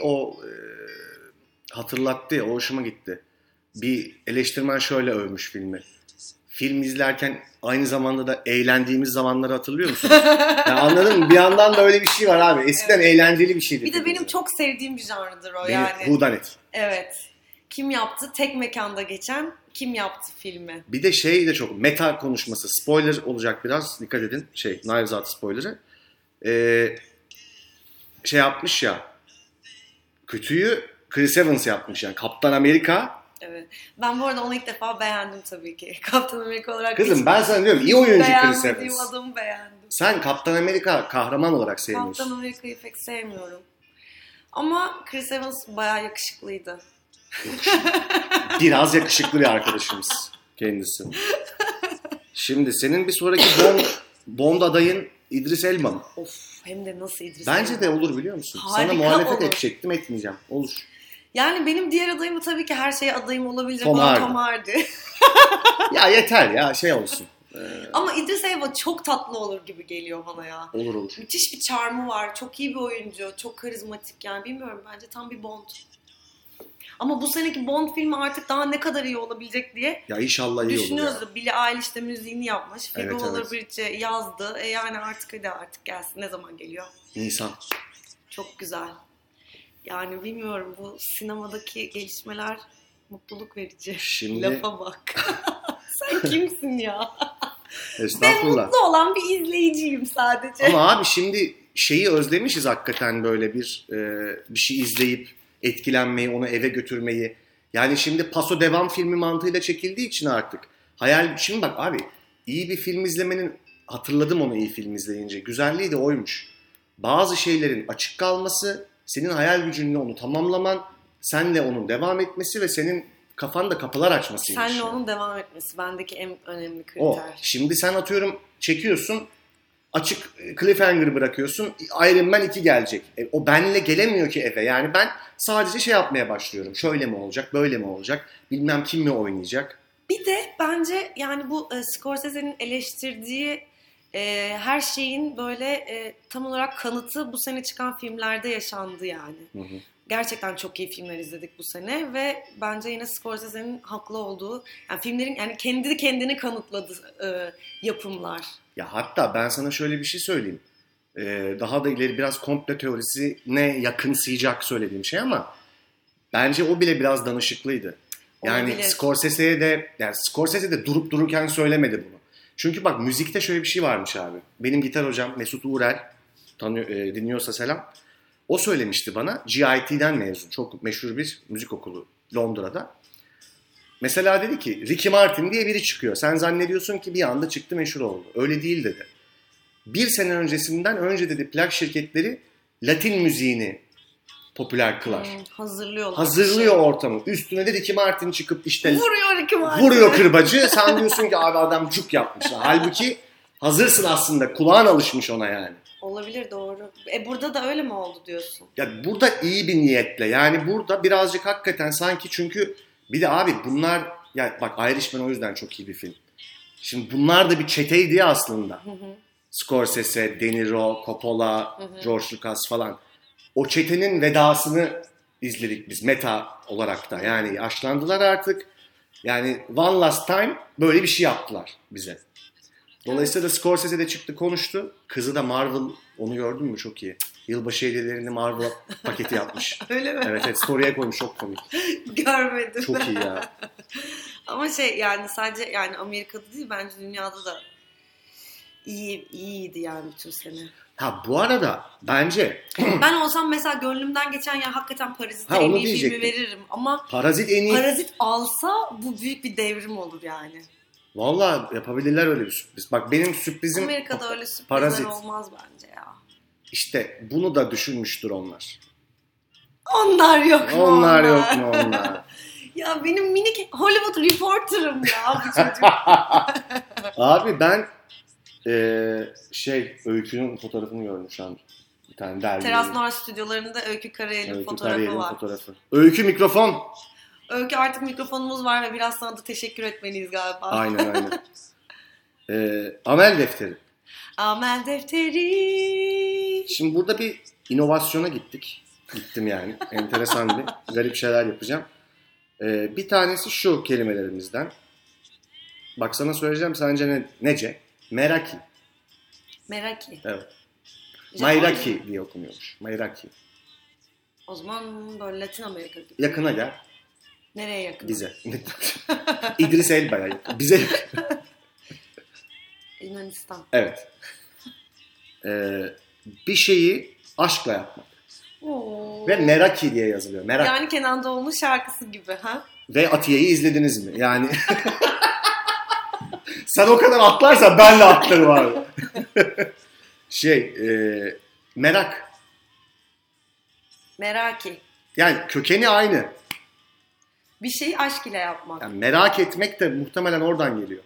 hatırlattı ya, o hoşuma gitti. Bir eleştirmen şöyle övmüş filmi. Film izlerken aynı zamanda da eğlendiğimiz zamanları hatırlıyor musun? Yani anladın mı? Bir yandan da öyle bir şey var abi. Eskiden eğlenceli bir şeydi. Bir de benim çok sevdiğim bir janrıdır o yani. Whodunit. Evet. Kim yaptı? Tek mekanda geçen kim yaptı filmi? Bir de de çok meta konuşması. Spoiler olacak biraz. Dikkat edin. Knives Out spoiler'ı. Yapmış ya. Kötüyü Chris Evans yapmış yani. Kaptan Amerika. Evet. Ben bu arada onu ilk defa beğendim tabii ki. Kaptan Amerika olarak. Kızım ben sana diyorum iyi oyuncu Chris Evans. Beğenmediğim adamı beğendim. Sen Kaptan Amerika kahraman olarak sevmiyorsun. Kaptan Amerika'yı pek sevmiyorum. Ama Chris Evans bayağı yakışıklıydı. Biraz yakışıklı bir arkadaşımız kendisi. Şimdi senin bir sonraki Bond adayın İdris Elba mı? Of, hem de nasıl İdris Bence Elba? De olur biliyor musun? Harika sana muhalefet olur. edecektim, etmeyeceğim. Olur. Yani benim diğer adayım tabii ki her şeye adayım olabilecek olan Tom Hardy. Ya yeter ya olsun. Ama İdris Elba çok tatlı olur gibi geliyor bana ya. Olur. Müthiş bir charm'ı var. Çok iyi bir oyuncu. Çok karizmatik yani. Bilmiyorum, bence tam bir Bond. Ama bu seneki Bond filmi artık daha ne kadar iyi olabilecek diye ya inşallah iyi olur. Düşünüyoruz. Billie Eilish de müziğini yapmış. Phoebe Waller-Bridge yazdı. Yani artık gelsin. Ne zaman geliyor? Nisan. Çok güzel. Yani bilmiyorum, bu sinemadaki gelişmeler mutluluk verici. Şimdi... Lafa bak. Sen kimsin ya? Estağfurullah. Ben mutlu olan bir izleyiciyim sadece. Ama abi şimdi özlemişiz hakikaten böyle bir şey izleyip etkilenmeyi, onu eve götürmeyi. Yani şimdi paso devam filmi mantığıyla çekildiği için artık hayal... Şimdi bak abi, iyi bir film izlemenin, hatırladım onu iyi film izleyince, güzelliği de oymuş. Bazı şeylerin açık kalması, senin hayal gücünle onu tamamlaman, senle onun devam etmesi ve senin kafanda kapılar açmasıymış. Senle onun devam etmesi bendeki en önemli kriter. O. Şimdi sen atıyorum çekiyorsun, açık cliffhanger bırakıyorsun, Iron Man 2 gelecek. O benle gelemiyor ki eve. Yani ben sadece şey yapmaya başlıyorum. Şöyle mi olacak, böyle mi olacak, bilmem kim mi oynayacak. Bir de bence yani bu Scorsese'nin eleştirdiği her şeyin böyle tam olarak kanıtı bu sene çıkan filmlerde yaşandı yani. Hı hı. Gerçekten çok iyi filmler izledik bu sene ve bence yine Scorsese'nin haklı olduğu, yani filmlerin yani kendi kendini kanıtladı yapımlar. Ya hatta ben sana şöyle bir şey söyleyeyim. Daha da ileri biraz komplo teorisine yakınsayacak söylediğim şey ama bence o bile biraz danışıklıydı. Yani olabilir. Scorsese de durup dururken söylemedi bunu. Çünkü bak müzikte şöyle bir şey varmış abi. Benim gitar hocam Mesut Uğrel, dinliyorsa selam. O söylemişti bana, GIT'den mezun. Çok meşhur bir müzik okulu Londra'da. Mesela dedi ki Ricky Martin diye biri çıkıyor. Sen zannediyorsun ki bir anda çıktı, meşhur oldu. Öyle değil dedi. Bir sene öncesinden önce dedi plak şirketleri Latin müziğini popüler kılar. Hazırlıyor ortamı. Üstüne de Ricky Martin çıkıp işte vuruyor Ricky Martin. Vuruyor kırbacı. Sen diyorsun ki abi adam cuk yapmışlar. Halbuki hazırsın aslında. Kulağın alışmış ona yani. Olabilir, doğru. Burada da öyle mi oldu diyorsun? Ya burada iyi bir niyetle. Yani burada birazcık hakikaten sanki, çünkü bir de abi bunlar, ya bak Irishman o yüzden çok iyi bir film. Şimdi bunlar da bir çeteydi ya aslında. Hı hı. Scorsese, De Niro, Coppola, hı hı. George Lucas falan. O çetenin vedasını izledik biz meta olarak da. Yani yaşlandılar artık. Yani one last time böyle bir şey yaptılar bize. Dolayısıyla Scorsese de çıktı konuştu. Kızı da Marvel, onu gördün mü, çok iyi. Yılbaşı hediyelerini Marvel paketi yapmış. Öyle mi? Evet, story'e koymuş, çok komik. Görmedim. Çok iyi ya. Ama yani sadece yani Amerika'da değil, bence dünyada da iyiydi yani bütün sene. Ha bu arada bence... Ben olsam mesela gönlümden geçen ya hakikaten Parazit'e en iyi filmi veririm. Ama Parazit alsa bu büyük bir devrim olur yani. Vallahi yapabilirler öyle bir sürpriz. Bak benim sürprizim... Amerika'da öyle sürprizler olmaz bence ya. İşte bunu da düşünmüştür onlar. Onlar yok mu? Onlar yok mu onlar? Ya benim minik Hollywood reporter'ım ya bu çocuk. Abi ben Öykü'nün fotoğrafını gördüm şu an. Bir tane dergi. Teras Noir stüdyolarında Öykü Karayel'in fotoğrafı var. Öykü mikrofon. Öykü artık mikrofonumuz var ve biraz sana da teşekkür etmeliyiz galiba. Aynen. Amel defteri. Amel defteri. Şimdi burada bir inovasyona gittim yani. Enteresan bir garip şeyler yapacağım. Bir tanesi şu kelimelerimizden. Bak sana söyleyeceğim, sence nece? Meraki. Evet. Mayraki diye okunuyormuş. Mayraki. O zaman böyle Latin Amerika gibi. Yakına gel. Nereye yakın? Bize. İdris Elba'ya yakın. Bize yakın. Yunanistan. Evet. Bir şeyi aşkla yapmak. Oo. Ve Meraki diye yazılıyor. Merak. Yani Kenan Doğulu'nun şarkısı gibi ha? Ve Atiye'yi izlediniz mi? Yani sen o kadar atlarsan ben de atlarım abi. Merak. Meraki. Yani kökeni aynı. Bir şeyi aşk ile yapmak. Yani merak etmek de muhtemelen oradan geliyor.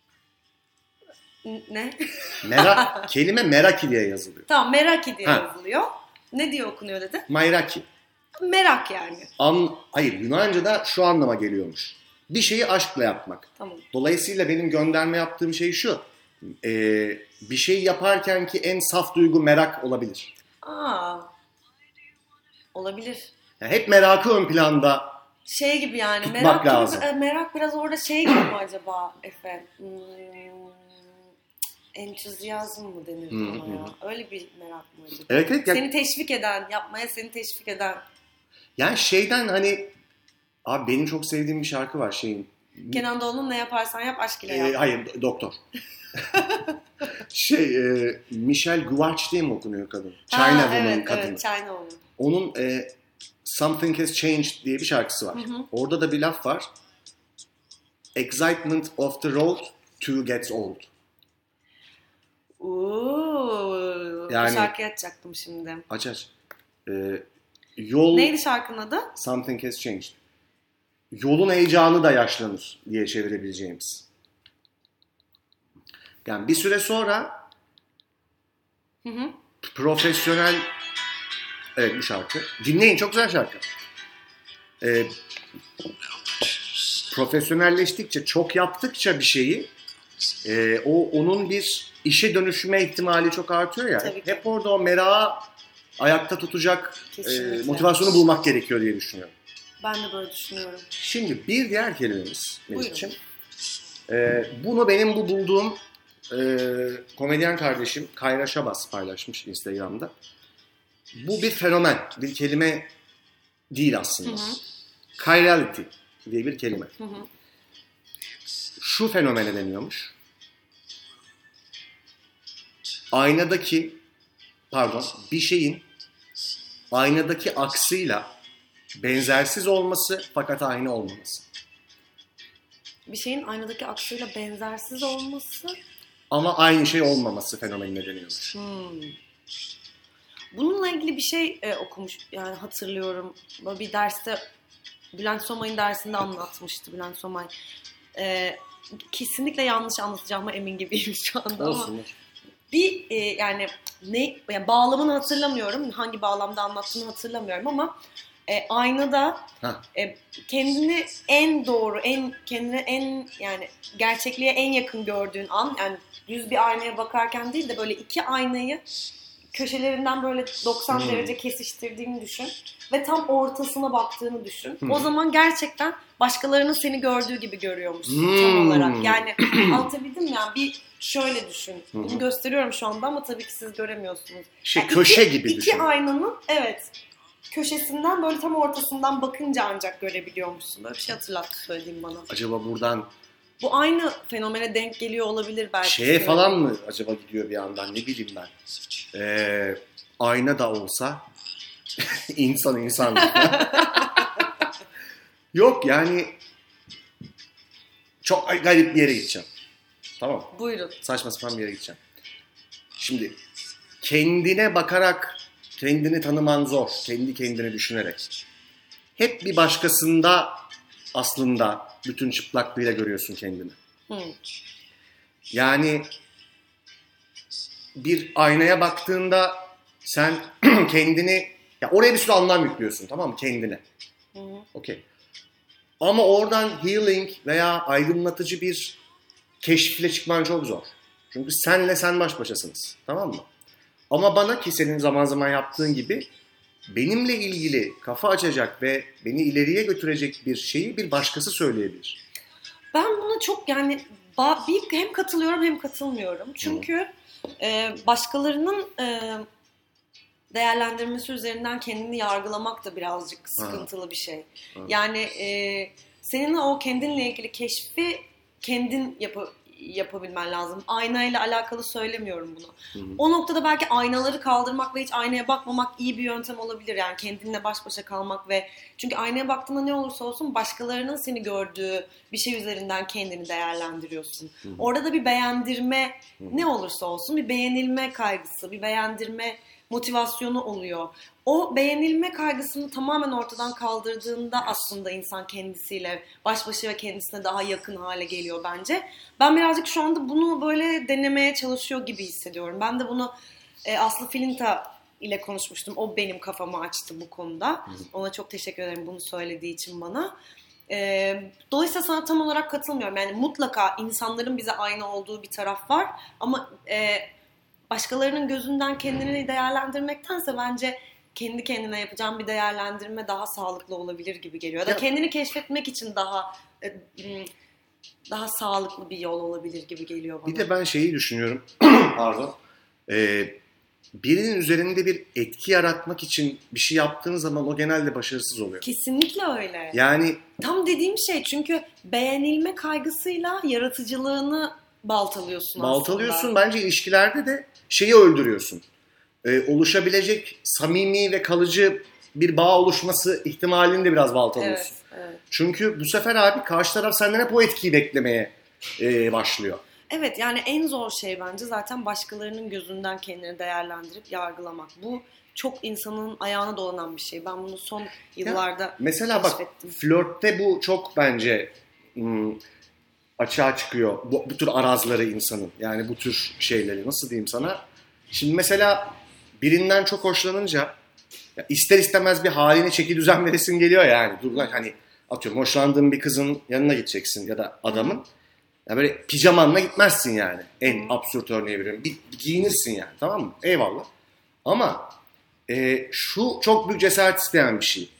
Ne? Kelime Meraki diye yazılıyor. Tamam, Meraki diye yazılıyor. Ne diye okunuyor dedi? Mayraki. Merak yani. Hayır, Yunanca'da şu anlama geliyormuş. Bir şeyi aşkla yapmak. Tamam. Dolayısıyla benim gönderme yaptığım şey şu. Bir şey yaparken ki en saf duygu merak olabilir. Olabilir. Yani hep merakı ön planda şey gibi yani. Merak biraz orada şey gibi mi acaba Efe? Entüzyazm mı denir buna ya? Öyle bir merak mı acaba? Evet. Seni teşvik eden, yapmaya seni teşvik eden. Yani şeyden hani abi benim çok sevdiğim bir şarkı var Kenan Doğulu'nun Ne Yaparsan Yap Aşk ile Yap. Hayır, Doktor. Michelle Guac diye mi okunuyor kadın? China Woman kadın. Evet, China Woman. Onun Something Has Changed diye bir şarkısı var. Orada da bir laf var. Excitement of the road too gets old. Yani, bu şarkıyı açacaktım şimdi. Aç. Yol... Neydi şarkının adı? Something Has Changed. Yolun heyecanı da yaşlanır diye çevirebileceğimiz. Yani bir süre sonra profesyonel... Evet, bu şarkı. Dinleyin, çok güzel şarkı. Profesyonelleştikçe, çok yaptıkça bir şeyi onun bir işe dönüşme ihtimali çok artıyor ya. Hep orada o merakı ayakta tutacak motivasyonu bulmak gerekiyor diye düşünüyorum. Ben de böyle düşünüyorum. Şimdi bir diğer kelimemiz Melih'ciğim. Bunu benim bu bulduğum komedyen kardeşim Kayra Şabas paylaşmış Instagram'da. Bu bir fenomen, bir kelime değil aslında. Kairality diye bir kelime. Şu fenomene deniyormuş. Bir şeyin aynadaki aksıyla benzersiz olması fakat aynı olmaması. Bir şeyin aynadaki aksıyla benzersiz olması ama aynı şey olmaması fenomenine deniyormuş. Bununla ilgili bir şey okumuş, yani hatırlıyorum. Böyle bir derste, Bülent Somay'ın dersinde anlatmıştı Bülent Somay. Kesinlikle yanlış anlatacağıma emin gibiyim şu anda. Olsun. Ama bir yani bağlamını hatırlamıyorum. Hangi bağlamda anlattığını hatırlamıyorum ama aynada kendini en doğru, kendine yani gerçekliğe en yakın gördüğün an, yani düz bir aynaya bakarken değil de böyle iki aynayı köşelerinden böyle 90 derece kesiştirdiğini düşün ve tam ortasına baktığını düşün. O zaman gerçekten başkalarının seni gördüğü gibi görüyormuşsun tam olarak. Yani anlatabildim mi? Yani bir şöyle düşün. Bunu gösteriyorum şu anda ama tabii ki siz göremiyorsunuz. Yani köşe gibi düşün. İki aynanın köşesinden böyle tam ortasından bakınca ancak görebiliyormuşsun. Böyle bir şey hatırlattı söylediğim bana. Acaba buradan bu aynı fenomene denk geliyor olabilir belki. Şeye falan mı acaba gidiyor bir yandan, ne bileyim ben. Ayna da olsa insan. Yok yani çok garip bir yere gideceğim. Tamam. Buyurun. Saçma sapan bir yere gideceğim. Şimdi kendine bakarak kendini tanıman zor. Kendi kendini düşünerek. Hep bir başkasında aslında bütün çıplaklığıyla görüyorsun kendini. Yani bir aynaya baktığında sen kendini, ya oraya bir sürü anlam yüklüyorsun, tamam mı, kendine. Okey. Ama oradan healing veya aydınlatıcı bir keşifle çıkman çok zor. Çünkü senle sen baş başasınız, tamam mı? Ama bana, ki senin zaman zaman yaptığın gibi, benimle ilgili kafa açacak ve beni ileriye götürecek bir şeyi bir başkası söyleyebilir. Ben buna çok hem katılıyorum hem katılmıyorum. Çünkü başkalarının değerlendirmesi üzerinden kendini yargılamak da birazcık sıkıntılı bir şey. Yani senin o kendinle ilgili keşfi kendin yapabilmen lazım. Aynayla alakalı söylemiyorum bunu. O noktada belki aynaları kaldırmak ve hiç aynaya bakmamak iyi bir yöntem olabilir. Yani kendinle baş başa kalmak ve çünkü aynaya baktığında ne olursa olsun başkalarının seni gördüğü bir şey üzerinden kendini değerlendiriyorsun. Orada da bir beğendirme, ne olursa olsun bir beğenilme kaygısı, bir beğendirme motivasyonu oluyor. O beğenilme kaygısını tamamen ortadan kaldırdığında aslında insan kendisiyle baş başa ve kendisine daha yakın hale geliyor bence. Ben birazcık şu anda bunu böyle denemeye çalışıyor gibi hissediyorum. Ben de bunu Aslı Filinta ile konuşmuştum. O benim kafamı açtı bu konuda. Ona çok teşekkür ederim bunu söylediği için bana. Dolayısıyla sana tam olarak katılmıyorum. Yani mutlaka insanların bize aynı olduğu bir taraf var. Ama başkalarının gözünden kendini değerlendirmektense bence kendi kendine yapacağım bir değerlendirme daha sağlıklı olabilir gibi geliyor. Ya da kendini keşfetmek için daha sağlıklı bir yol olabilir gibi geliyor bana. Bir de ben şeyi düşünüyorum. Pardon. Birinin üzerinde bir etki yaratmak için bir şey yaptığın zaman o genelde başarısız oluyor. Kesinlikle öyle. Yani tam dediğim şey, çünkü beğenilme kaygısıyla yaratıcılığını baltalıyorsun aslında. Baltalıyorsun. Bence ilişkilerde de şeyi öldürüyorsun. Oluşabilecek samimi ve kalıcı bir bağ oluşması ihtimalini de biraz baltalıyorsun. Evet. Çünkü bu sefer abi karşı taraf senden hep o etkiyi beklemeye başlıyor. Evet, yani en zor şey bence zaten başkalarının gözünden kendini değerlendirip yargılamak. Bu çok insanın ayağına dolanan bir şey. Ben bunu son yıllarda mesela bak, flörtte bu çok bence açığa çıkıyor. Bu tür arazları insanın. Yani bu tür şeyleri nasıl diyeyim sana. Şimdi mesela birinden çok hoşlanınca ister istemez bir haline çeki düzen veresin geliyor yani. Dur lan, hani atıyorum hoşlandığın bir kızın yanına gideceksin ya da adamın. Ya böyle pijamanla gitmezsin yani. En absürt örneği veriyorum. Bir giyinirsin yani, tamam mı? Eyvallah. Ama şu çok büyük cesaret isteyen bir şey.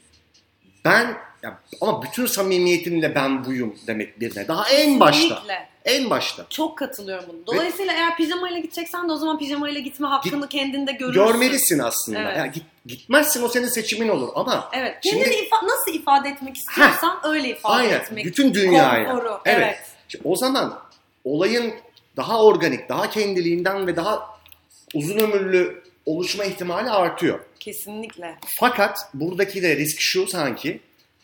Ama bütün samimiyetimle ben buyum demek birine. Daha en başta. En başta. Çok katılıyorum bunu. Dolayısıyla eğer pijamayla gideceksen de o zaman pijamayla gitme hakkını kendinde görürsün. Görmelisin aslında. Evet. Yani gitmezsin, o senin seçimin olur ama. Evet. Kendini nasıl ifade etmek istiyorsan öyle ifade etmek. Aynen. Bütün dünyaya. Konforu. Evet. O zaman olayın daha organik, daha kendiliğinden ve daha uzun ömürlü oluşma ihtimali artıyor. Kesinlikle. Fakat buradaki de risk şu sanki.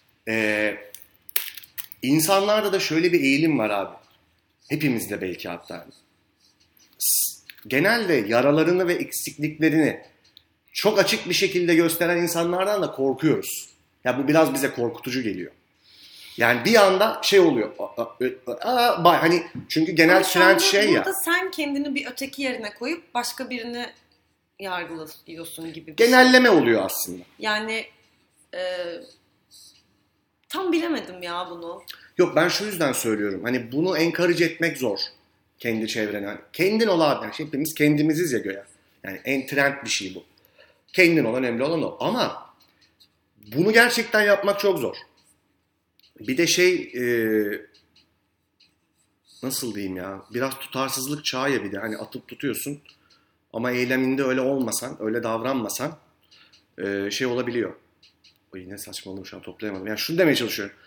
İnsanlarda da şöyle bir eğilim var abi. Hepimizde belki hatta. Genelde yaralarını ve eksikliklerini çok açık bir şekilde gösteren insanlardan da korkuyoruz. Ya bu biraz bize korkutucu geliyor. Yani bir anda şey oluyor. Hani çünkü genel trend şey ya. Burada sen kendini bir öteki yerine koyup başka birini yargılıyorsun gibi bir genelleme oluyor aslında. Yani tam bilemedim ya bunu. Yok, ben şu yüzden söylüyorum. Hani bunu encourage etmek zor. Kendi çevrene. Yani kendin ol abi. Yani hepimiz kendimiziz ya göya. Yani en trend bir şey bu. Kendin ol, önemli olan o. Ama bunu gerçekten yapmak çok zor. Bir de nasıl diyeyim ya, biraz tutarsızlık çağı ya bir de. Hani atıp tutuyorsun ama eyleminde öyle olmasan, öyle davranmasan şey olabiliyor. Oy, ne saçmaladım şu an, toplayamadım. Yani şunu demeye çalışıyorum.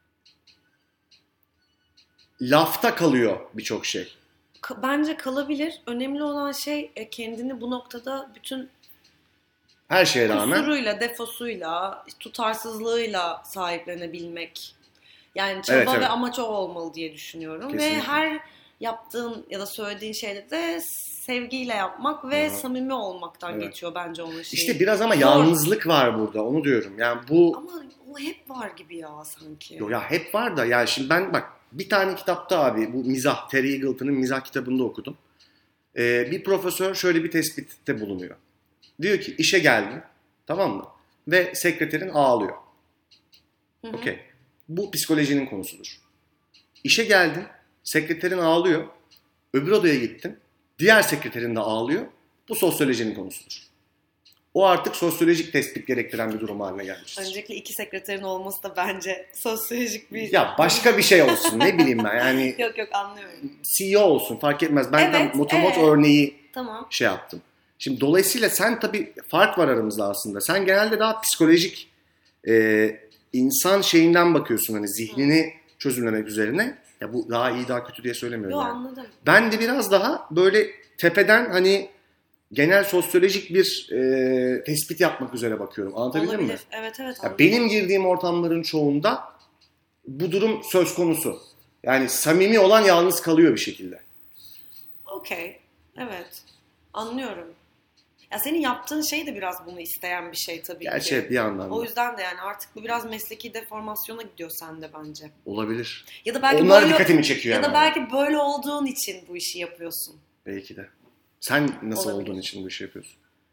Lafta kalıyor birçok şey. Bence kalabilir. Önemli olan şey kendini bu noktada bütün her şeye rağmen kusuruyla, defosuyla, tutarsızlığıyla sahiplenebilmek. Yani çaba ve amaç o olmalı diye düşünüyorum. Kesinlikle. Ve her yaptığın ya da söylediğin şeyde de sevgiyle yapmak ve samimi olmaktan geçiyor bence onun şeyi. İşte biraz ama yalnızlık var burada, onu diyorum. Yani bu. Ama o hep var gibi ya sanki. Yo, ya hep var da yani şimdi ben bak bir tane kitapta abi, bu mizah, Terry Eagleton'ın mizah kitabında okudum. Bir profesör şöyle bir tespitte bulunuyor. Diyor ki işe geldin, tamam mı? Ve sekreterin ağlıyor. Okey. Bu psikolojinin konusudur. İşe geldin, sekreterin ağlıyor. Öbür odaya gittin, diğer sekreterin de ağlıyor. Bu sosyolojinin konusudur. O artık sosyolojik tespit gerektiren bir durum haline gelmiştir. Öncelikle iki sekreterin olması da bence sosyolojik bir... Ya başka bir şey olsun, ne bileyim ben yani. Yok anlıyorum. CEO olsun, fark etmez. Ben de motomot örneği şey yaptım. Şimdi dolayısıyla sen tabii fark var aramızda aslında. Sen genelde daha psikolojik insan şeyinden bakıyorsun, hani zihnini çözümlemek üzerine. Ya bu daha iyi daha kötü diye söylemiyorum. Yok yani. Anladım. Ben de biraz daha böyle tepeden hani genel sosyolojik bir tespit yapmak üzere bakıyorum. Anlatabildim mi? Evet. Ya benim girdiğim ortamların çoğunda bu durum söz konusu. Yani samimi olan yalnız kalıyor bir şekilde. Okey. Evet. Anlıyorum. Ya senin yaptığın şey de biraz bunu isteyen bir şey tabii ki. Gerçi bir yandan. O yüzden de yani artık bu biraz mesleki deformasyona gidiyor sende bence. Olabilir. Ya da belki onlar dikkatimi çekiyor. Ya da belki böyle olduğun için bu işi yapıyorsun. Belki de. Sen nasıl olduğun için bu işi yapıyorsun?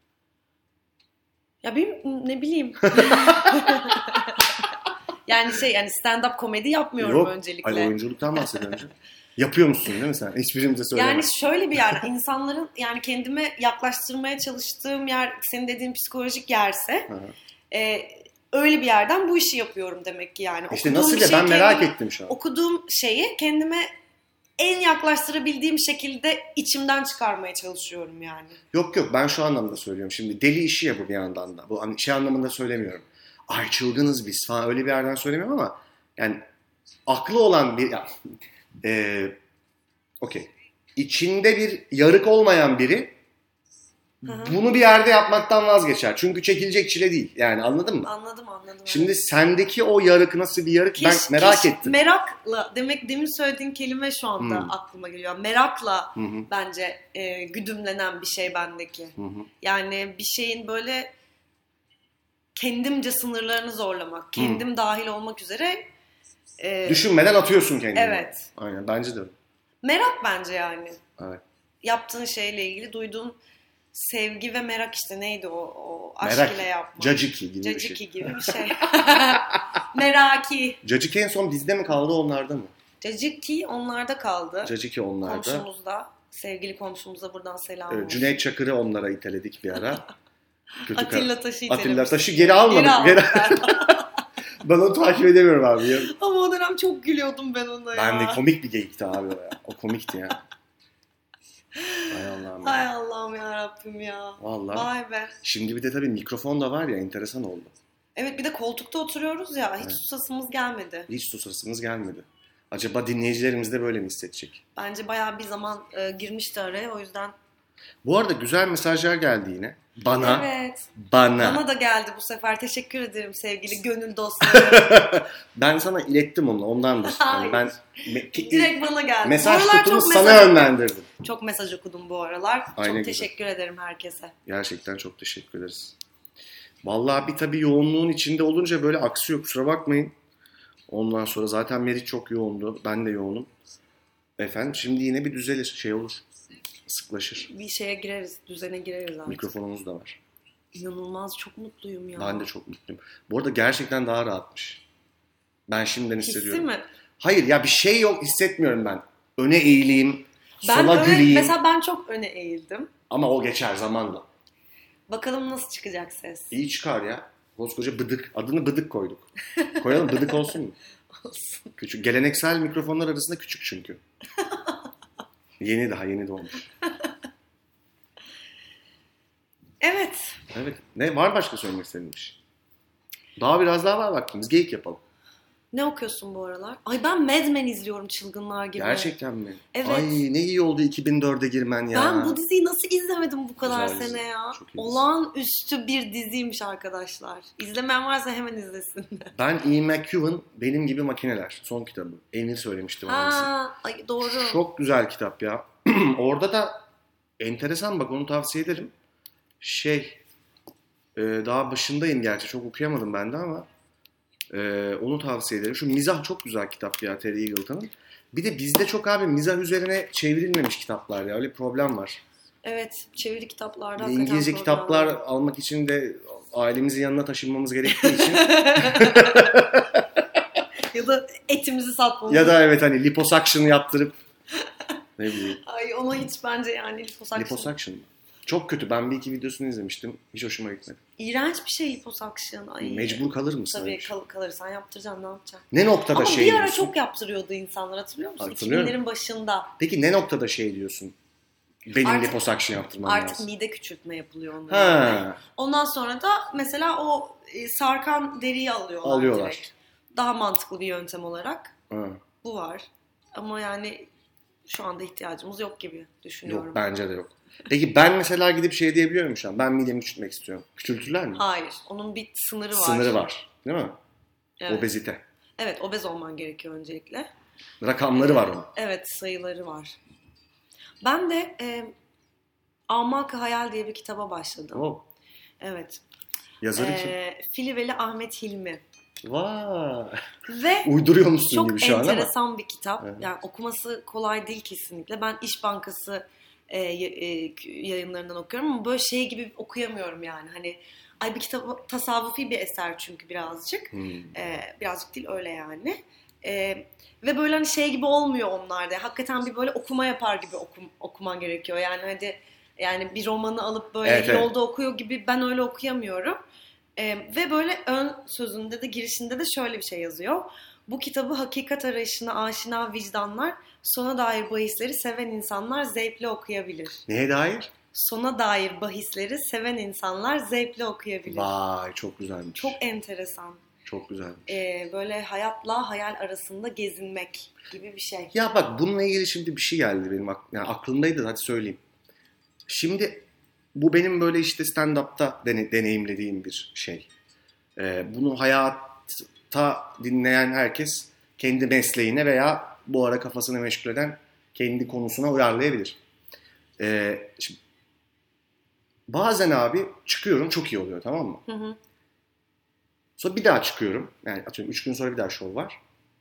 Ya ne bileyim. yani stand-up komedi yapmıyorum öncelikle. Hayır, oyunculuktan bahsediyorum. Yapıyor musun değil mi sen? Hiçbirimize söyleme. Yani şöyle bir yer, insanların yani kendime yaklaştırmaya çalıştığım yer senin dediğin psikolojik yerse öyle bir yerden bu işi yapıyorum demek ki yani. İşte nasıl ya, ben merak ettim şu an. Okuduğum şeyi kendime en yaklaştırabildiğim şekilde içimden çıkarmaya çalışıyorum yani. Yok ben şu anlamda söylüyorum. Şimdi deli işi ya bu bir yandan da. Bu hani şey anlamında söylemiyorum. Ay çılgınız biz falan öyle bir yerden söylemiyorum ama yani aklı olan bir okey. İçinde bir yarık olmayan biri bunu bir yerde yapmaktan vazgeçer. Çünkü çekilecek çile değil. Yani anladın mı? Anladım. Şimdi sendeki o yarık nasıl bir yarık ben merak ettim. Merakla demin söylediğin kelime şu anda aklıma geliyor. Merakla bence güdümlenen bir şey bendeki. Yani bir şeyin böyle kendimce sınırlarını zorlamak, kendim dahil olmak üzere düşünmeden atıyorsun kendini. Evet. Aynen bence de öyle. Merak bence yani. Evet. Yaptığın şeyle ilgili duyduğun sevgi ve merak işte neydi o aşk merak, ile yapmak. Caciki gibi bir şey. Caciki gibi bir şey. Meraki. Caciki en son bizde mi kaldı onlarda mı? Caciki onlarda kaldı. Caciki onlarda. Komşumuzda. Sevgili komşumuza buradan selam olsun. Cüneyt Çakır'ı onlara iteledik bir ara. Atilla Taş'ı itelemiş. Atilla Taş'ı geri almadık. Ben onu takip edemiyorum abi. Ya. Ama o dönem çok gülüyordum ben ona ya. Ben de komik bir geyikti abi o ya. O komikti ya. Hay Allah'ım ya. Hay Allah'ım ya Rabbim ya. Vallahi. Vay be. Şimdi bir de tabii mikrofon da var ya enteresan oldu. Evet bir de koltukta oturuyoruz ya hiç susasımız gelmedi. Hiç susasımız gelmedi. Acaba dinleyicilerimiz de böyle mi hissedecek? Bence bayağı bir zaman girmişti araya o yüzden. Bu arada güzel mesajlar geldi yine. Bana. Evet. Bana da geldi bu sefer. Teşekkür ederim sevgili gönül dostlarım. Ben sana ilettim onu ondandır. Yani ben direkt bana geldi. Mesaj kutunu sana yönlendirdim. Çok mesaj okudum bu aralar. Aynen çok teşekkür ederim herkese. Gerçekten çok teşekkür ederiz. Vallahi bir tabii yoğunluğun içinde olunca böyle aksıyor kusura bakmayın. Ondan sonra zaten Meriç çok yoğundu. Ben de yoğunum. Efendim şimdi yine bir düzelir şey olur. Sıklaşır. Bir şeye gireriz, düzene gireriz artık. Mikrofonumuz da var. İnanılmaz çok mutluyum ya. Ben de çok mutluyum. Bu arada gerçekten daha rahatmış. Ben şimdiden hissediyorum. Hissi mi? Hayır ya bir şey yok hissetmiyorum ben. Öne eğileyim, sola güleyim. Mesela ben çok öne eğildim. Ama o geçer zamanla. Bakalım nasıl çıkacak ses. İyi çıkar ya. Koskoca bıdık. Adını bıdık koyduk. Koyalım bıdık olsun mu? Olsun. Küçük. Geleneksel mikrofonlar arasında küçük çünkü. Yeni de olmuş. Evet. Evet. Ne var başka söylemek istediğin bir şey? Daha biraz daha var vaktimiz. Geyik yapalım. Ne okuyorsun bu aralar? Ay ben Mad Men izliyorum çılgınlar gibi. Gerçekten mi? Evet. Ay ne iyi oldu 2004'e girmen ya. Ben bu diziyi nasıl izlemedim bu kadar Güzel sene dizi. ya? Olağanüstü bir diziymiş arkadaşlar. İzlemeyen varsa hemen izlesin. Ben Ian McEwan Benim Gibi Makineler son kitabı. Emir söylemişti bana. Ay doğru. Çok güzel kitap ya. Orada da enteresan bak onu tavsiye ederim. Daha başındayım gerçi çok okuyamadım ben de ama onu tavsiye ederim. Şu mizah çok güzel kitap ya Terry Eagleton'ın. Bir de bizde çok abi mizah üzerine çevrilmemiş kitaplar ya öyle bir problem var. Evet çeviri kitaplarda İngilizce kitaplar almak için de ailemizin yanına taşınmamız gerektiği için. Ya da etimizi satmamız. Ya da evet hani liposuction yaptırıp ne bileyim. Ay ona hiç bence yani Liposuction mı? Çok kötü. Ben bir iki videosunu izlemiştim. Hiç hoşuma gitmedi. İğrenç bir şey liposuction. Ay. Mecbur kalır mısın? Tabii kalırsan yaptıracaksın ne yapacaksın? Ne noktada ama şey bir ara diyorsun? çok yaptırıyordu insanlar hatırlıyor musun? Hatırlıyorum. 2000'lerin başında. Peki ne noktada şey diyorsun? Benim liposuction yaptırmam lazım. Artık mide küçültme yapılıyor onların. Ondan sonra da mesela o sarkan deriyi alıyorlar. Direkt. Daha mantıklı bir yöntem olarak. Bu var. Ama yani şu anda ihtiyacımız yok gibi düşünüyorum. Yok bence de yok. Peki ben mesela gidip şey diyebiliyor muyum şu an? Ben midemi küçültmek istiyorum. Küçültürler mi? Hayır. Onun bir sınırı var. Sınırı var. Değil mi? Evet. Obezite. Evet obez olman gerekiyor öncelikle. Rakamları var onun. Evet sayıları var. Ben de Amak Hayal diye bir kitaba başladım. Oh. Evet. Yazarı kim? Filiveli Ahmet Hilmi. Vay. Ve uyduruyor musun gibi şu an ama. Çok enteresan bir kitap. Evet. Yani okuması kolay değil kesinlikle. Ben İş Bankası yayınlarından okuyorum ama böyle şey gibi okuyamıyorum yani. Hani bir kitap tasavvufi bir eser çünkü birazcık. Birazcık değil öyle yani. Ve böyle hani şey gibi olmuyor onlarda. Hakikaten bir böyle okuma yapar gibi okuman gerekiyor. Yani hadi yani bir romanı alıp böyle yolda okuyor gibi ben öyle okuyamıyorum. Ve böyle ön sözünde de girişinde de şöyle bir şey yazıyor. Bu kitabı hakikat arayışına aşina vicdanlar, sona dair bahisleri seven insanlar zevkle okuyabilir. Neye dair? Sona dair bahisleri seven insanlar zevkle okuyabilir. Vay çok güzelmiş. Çok enteresan. Çok güzelmiş. Böyle hayatla hayal arasında gezinmek gibi bir şey. Ya bak bununla ilgili şimdi bir şey geldi benim yani aklımdaydı hadi söyleyeyim. Şimdi Bu benim böyle işte stand-up'ta deneyimlediğim bir şey. Bunu hayatta dinleyen herkes kendi mesleğine veya bu ara kafasını meşgul eden kendi konusuna uyarlayabilir. Şimdi, bazen abi çıkıyorum, çok iyi oluyor, tamam mı? Hı hı. Sonra bir daha çıkıyorum. Yani atıyorum 3 gün sonra bir daha şov var.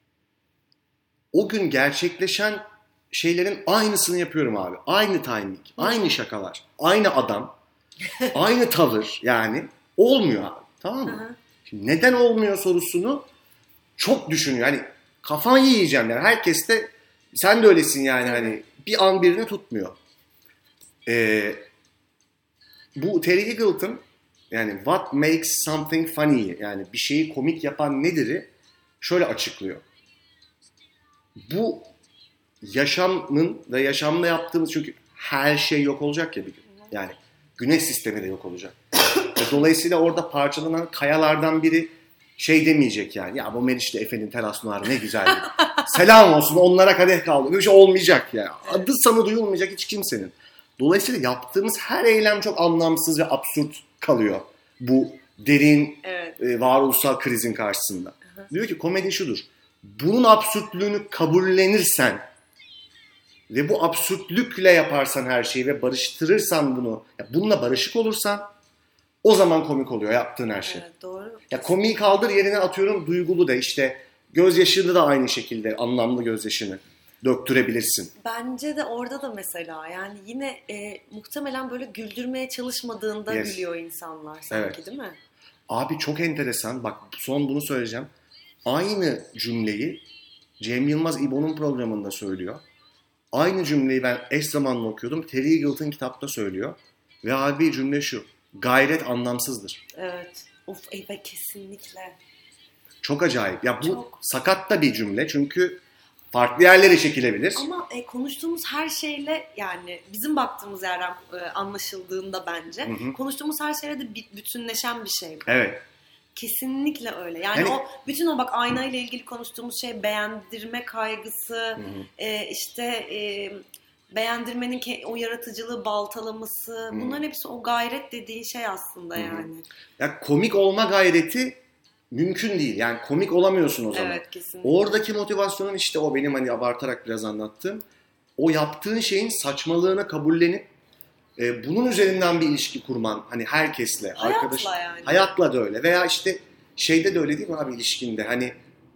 O gün gerçekleşen şeylerin aynısını yapıyorum abi. Aynı timing, aynı şakalar, aynı adam, aynı tavır yani. Olmuyor abi, tamam mı? Hı. Şimdi neden olmuyor sorusunu çok düşünüyor. Hani kafayı yiyeceğim yani. Herkes de sen de öylesin yani, hani bir an birini tutmuyor. Bu Terry Eagleton yani what makes something funny, yani bir şeyi komik yapan nedir'i şöyle açıklıyor. Bu yaşamın ve yaşamda yaptığımız, çünkü her şey yok olacak ya bir gün. Yani güneş sistemi de yok olacak. Dolayısıyla orada parçalanan kayalardan biri şey demeyecek yani. Ya bu Meriç'le Efe'nin terasnoları ne güzeldi. Selam olsun, onlara kadeh kaldı. Böyle bir şey olmayacak yani. Adı sanı duyulmayacak hiç kimsenin. Dolayısıyla yaptığımız her eylem çok anlamsız ve absürt kalıyor. Bu derin varoluşsal krizin karşısında. Diyor ki komedi şudur. Bunun absürtlüğünü kabullenirsen ve bu absürtlükle yaparsan her şeyi ve barıştırırsan bunu, bununla barışık olursan, o zaman komik oluyor yaptığın her şey. Evet, doğru. Ya komiği kaldır yerine atıyorum duygulu da, işte gözyaşını da aynı şekilde, anlamlı gözyaşını döktürebilirsin. Bence de orada da mesela yani yine muhtemelen böyle güldürmeye çalışmadığında gülüyor insanlar sanki, evet. Değil mi? Abi çok enteresan, bak son bunu söyleyeceğim. Aynı cümleyi Cem Yılmaz İbo'nun programında söylüyor. Aynı cümleyi ben eş zamanlı okuyordum. Terry Eagleton kitapta söylüyor. Ve abi cümle şu. Gayret anlamsızdır. Evet. Of evet, kesinlikle. Çok acayip. Ya bu sakat da bir cümle. Çünkü farklı yerlere çekilebilir. Ama konuştuğumuz her şeyle, yani bizim baktığımız yerden anlaşıldığında bence konuştuğumuz her şeyle de bütünleşen bir şey bu. Evet. Kesinlikle öyle. Yani o bütün o bak aynayla ilgili konuştuğumuz şey, beğendirme kaygısı, işte beğendirmenin o yaratıcılığı baltalaması, bunların hepsi o gayret dediğin şey aslında yani. Ya komik olma gayreti mümkün değil. Yani komik olamıyorsun o zaman. Evet, kesinlikle. Oradaki motivasyonun işte o benim hani abartarak biraz anlattığım, o yaptığın şeyin saçmalığını kabullenip bunun üzerinden bir ilişki kurman, hani herkesle, arkadaş, yani. Hayatla da öyle veya işte şeyde de öyle değil mi abi, ilişkinde hani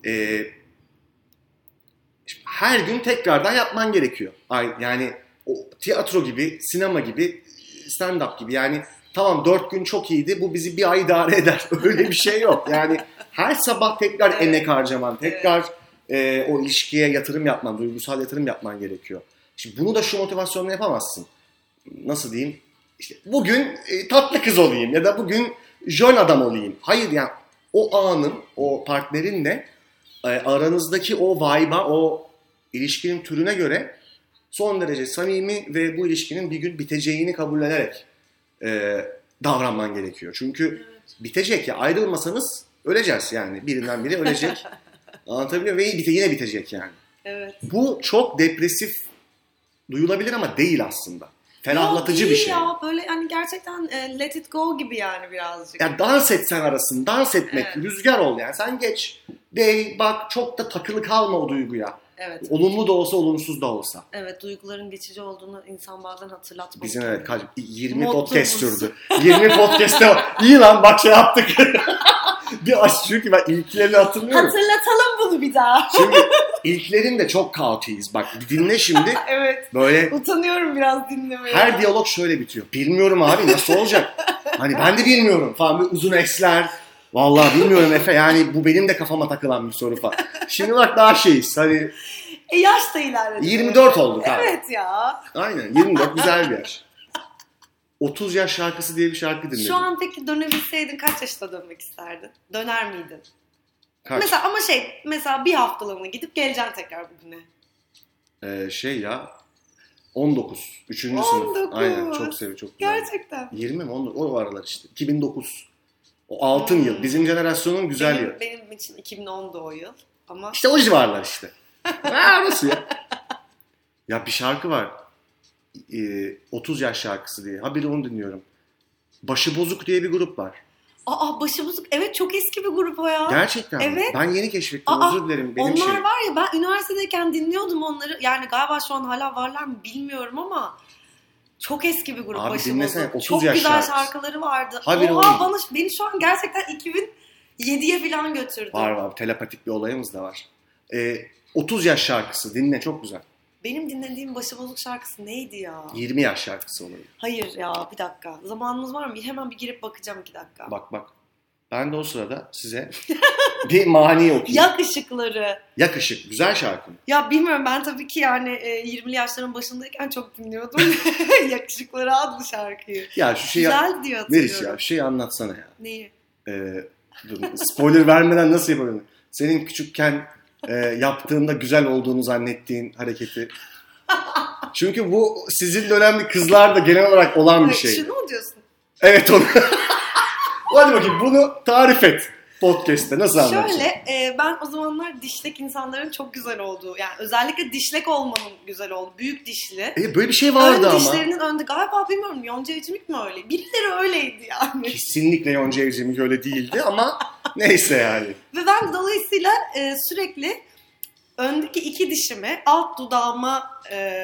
her gün tekrardan yapman gerekiyor. Yani o tiyatro gibi, sinema gibi, stand-up gibi yani. Tamam 4 gün çok iyiydi, bu bizi bir ay idare eder. Öyle bir şey yok. Yani her sabah tekrar emek harcaman, tekrar o ilişkiye yatırım yapman, duygusal yatırım yapman gerekiyor. Şimdi bunu da şu motivasyonla yapamazsın. Nasıl diyeyim? İşte bugün tatlı kız olayım ya da bugün jön adam olayım. Hayır yani o anın, o partnerinle aranızdaki o vibe'a, o ilişkinin türüne göre son derece samimi ve bu ilişkinin bir gün biteceğini kabullenerek davranman gerekiyor. Çünkü bitecek ya, ayrılmasanız öleceğiz yani. Birinden biri ölecek. Anlatabiliyor muyum? Ve yine bitecek yani. Evet. Bu çok depresif duyulabilir ama değil aslında. Ferahlatıcı bir şey. Ya böyle hani gerçekten let it go gibi yani birazcık. Ya dans etsen arasın, dans etmek, rüzgar ol yani. Sen geç, dey, bak, çok da takılı kalma o duyguya. Evet. Olumlu da olsa, olumsuz da olsa. Evet, duyguların geçici olduğunu insan bazen hatırlatmak. Bizim evet 20 podcast sürdü. 20 podcast'te iyi lan bak şey yaptık. Bir aç, çünkü ben ilklerini hatırlıyorum. Hatırlatalım bunu bir daha. Çünkü ilklerinde çok kaotiyiz. Bak dinle şimdi. Evet. Böyle utanıyorum biraz dinlemeye. Her diyalog şöyle bitiyor. Bilmiyorum abi, nasıl olacak? Hani ben de bilmiyorum falan, böyle uzun esler. Vallahi bilmiyorum Efe, yani bu benim de kafama takılan bir soru falan. Şimdi bak daha şeyiz hani. Yaş da ilerledi. 24 olduk abi. Evet ya. Aynen 24 güzel bir yaş. 30 yaş şarkısı diye bir şarkı dinledim. Şu an peki dönebilseydin kaç yaşta dönmek isterdin? Döner miydin? Kaç? Mesela ama mesela bir haftalığına gidip geleceksin tekrar bugüne. Ya 19. 3. sınıf. Aynen çok seviyorum, çok güzel. Gerçekten. 20 mi? O aralar işte. 2009. O altın yıl. Bizim jenerasyonun güzel yıl. Benim için 2010'du o yıl. Ama... İşte o civarlar işte. Nasıl ya? Ya bir şarkı var. 30 yaş şarkısı diye. Ha bir de onu dinliyorum. Başıbozuk diye bir grup var. Aa, Başıbozuk. Evet, çok eski bir grup o ya. Gerçekten mi? Evet. Ben yeni keşfettim. Özür dilerim. Benim onlar var ya, ben üniversitedeyken dinliyordum onları. Yani galiba şu an hala varlar mı bilmiyorum ama çok eski bir grup Abi Başıbozuk. 30 çok yaş güzel şarkısı. şarkıları vardı. Haberi Oha, beni şu an gerçekten 2007'ye falan götürdü. Var. Telepatik bir olayımız da var. 30 yaş şarkısı. Dinle, çok güzel. Benim dinlediğim Başıbozuk şarkısı neydi ya? 20 yaş şarkısı olabilir. Hayır ya, bir dakika. Zamanımız var mı? Hemen bir girip bakacağım 2 dakika. Bak. Ben de o sırada size bir mani okuyayım. Yak ışıkları. Yak Işık. Güzel şarkı. Ya bilmiyorum, ben tabii ki yani 20'li yaşların başındayken çok dinliyordum. Yak ışıkları adlı şarkıyı. Ya şu şeyi... Güzel diyor, hatırlıyorum. Melis ya şu şeyi anlatsana ya. Neyi? Dur, spoiler vermeden nasıl yapabilirim? Senin küçükken yaptığında güzel olduğunu zannettiğin hareketi. Çünkü bu sizin dönemli kızlarda genel olarak olan bir şey. Şunu mu diyorsun? Evet onu. Hadi bakayım bunu tarif et podcast'te. Nasıl anlatacaksın? Şöyle, ben o zamanlar dişlek insanların çok güzel olduğu, yani özellikle dişlek olmanın güzel olduğu, büyük dişli. Böyle bir şey vardı ama. Dişlerinin önde galiba, bilmiyorum, Yonca Evcimik mi öyle? Birileri öyleydi yani. Kesinlikle Yonca Evcimik öyle değildi ama neyse yani. Ve ben dolayısıyla sürekli öndeki iki dişimi alt dudağıma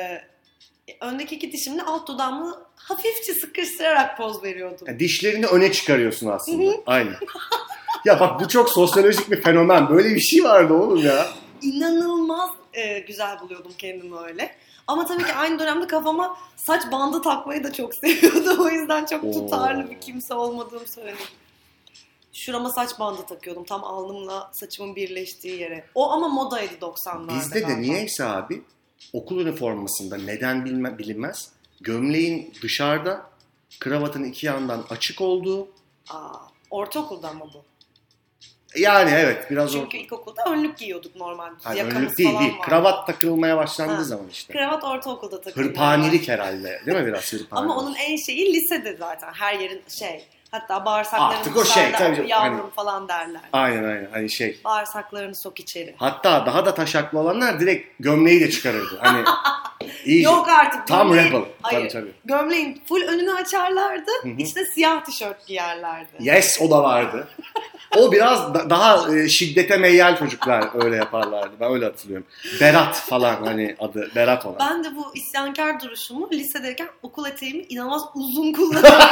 alt dudağımı hafifçe sıkıştırarak poz veriyordum. Yani dişlerini öne çıkarıyorsun aslında. Aynen. Ya bak, bu çok sosyolojik bir fenomen. Böyle bir şey vardı oğlum ya. İnanılmaz güzel buluyordum kendimi öyle. Ama tabii ki aynı dönemde kafama saç bandı takmayı da çok seviyordum. O yüzden çok tutarlı bir kimse olmadığım söyledim. Şurama saç bandı takıyordum. Tam alnımla saçımın birleştiği yere. O ama modaydı 90'larda. Bizde galiba. de niyeyse abi okul üniformasında neden bilinmez. Gömleğin dışarıda, kravatın iki yandan açık olduğu. Ortaokulda ama bu. Yani evet biraz Çünkü ilkokulda önlük giyiyorduk normalde. Hayır, önlük değil. Var. Kravat takılmaya başlandığı zaman işte. Kravat ortaokulda takılıyor. Hırpanilik herhalde. Değil mi biraz hırpanilik? Ama onun en şeyi lisede zaten. Her yerin hatta bağırsaklarını artık o şey tabii. Yavrum hani, falan derler. Aynen hani şey. Bağırsaklarını sok içeri. Hatta daha da taşaklı olanlar direkt gömleği de çıkarırdı. Hani iyice. Yok artık. Tam rebel. Hayır. Tabii. Gömleğin full önünü açarlardı. İçine siyah tişört giyerlerdi. Yes, o da vardı. O biraz daha şiddete meyyal çocuklar öyle yaparlardı. Ben öyle hatırlıyorum. Berat falan, hani adı Berat olan. Ben de bu isyankar duruşumu lisedeyken okul eteğimi inanılmaz uzun kullanıyordum.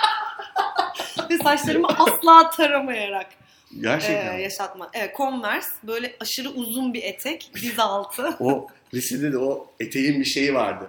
Ve saçlarımı asla taramayarak yaşatma. Evet, Converse böyle aşırı uzun bir etek, diz altı. O lisede de o eteğin bir şeyi vardı.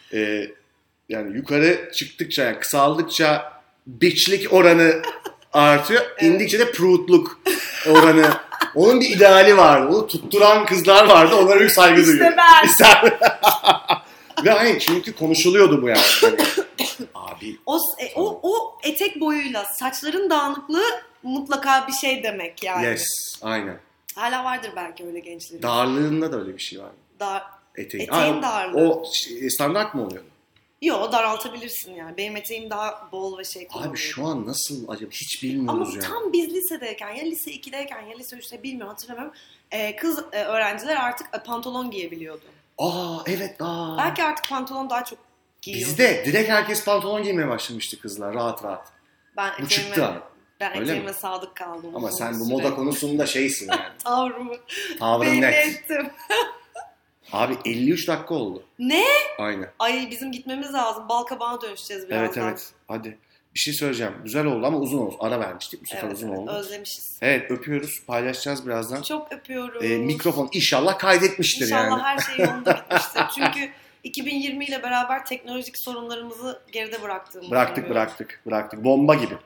Yani yukarı çıktıkça, yani kısaldıkça biçlik oranı artıyor. Evet. İndikçe de prutluk oranı. Onun bir ideali vardı. Onu tutturan kızlar vardı. Onlara büyük saygı duyuyorum. İşte ben. Ve hani çünkü konuşuluyordu bu yani. Abi. O etek boyuyla saçların dağınıklığı mutlaka bir şey demek yani. Yes, aynen. Hala vardır belki öyle gençlerin. Darlığında da öyle bir şey var. Eteğin darlığı. O standart mı oluyor? Yok, daraltabilirsin yani. Benim eteğim daha bol ve şey kullanıyor. Abi şu an nasıl acaba, hiç bilmiyoruz ama yani. Ama tam biz lisedeyken, ya lise 2'deyken ya lise 3'te, bilmiyorum, hatırlamıyorum. Kız öğrenciler artık pantolon giyebiliyordu. Evet. Belki artık pantolon daha çok giyiyor. Bizde direkt herkes pantolon giymeye başlamıştı, kızlar rahat. Bu çıktı abi. Ben eteğime sadık kaldım. Ama sen bu moda konusunda şeysin yani. Tavrım net. Ettim. Abi 53 dakika oldu. Ne? Aynen. Ay, bizim gitmemiz lazım. Balkabağ'a dönüşeceğiz birazdan. Evet. Hadi. Bir şey söyleyeceğim. Güzel oldu ama uzun oldu. Ara vermiştik. Bu sefer uzun oldu. Özlemişiz. Evet, öpüyoruz. Paylaşacağız birazdan. Çok öpüyoruz. Mikrofon inşallah kaydetmiştir İnşallah yani. her şey yolunda gitmiştir. Çünkü 2020 ile beraber teknolojik sorunlarımızı geride bıraktığımızı Bıraktık. Bomba gibi.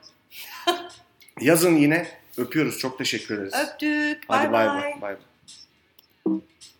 Yazın yine. Öpüyoruz. Çok teşekkür ederiz. Öptük. Hadi bay bay.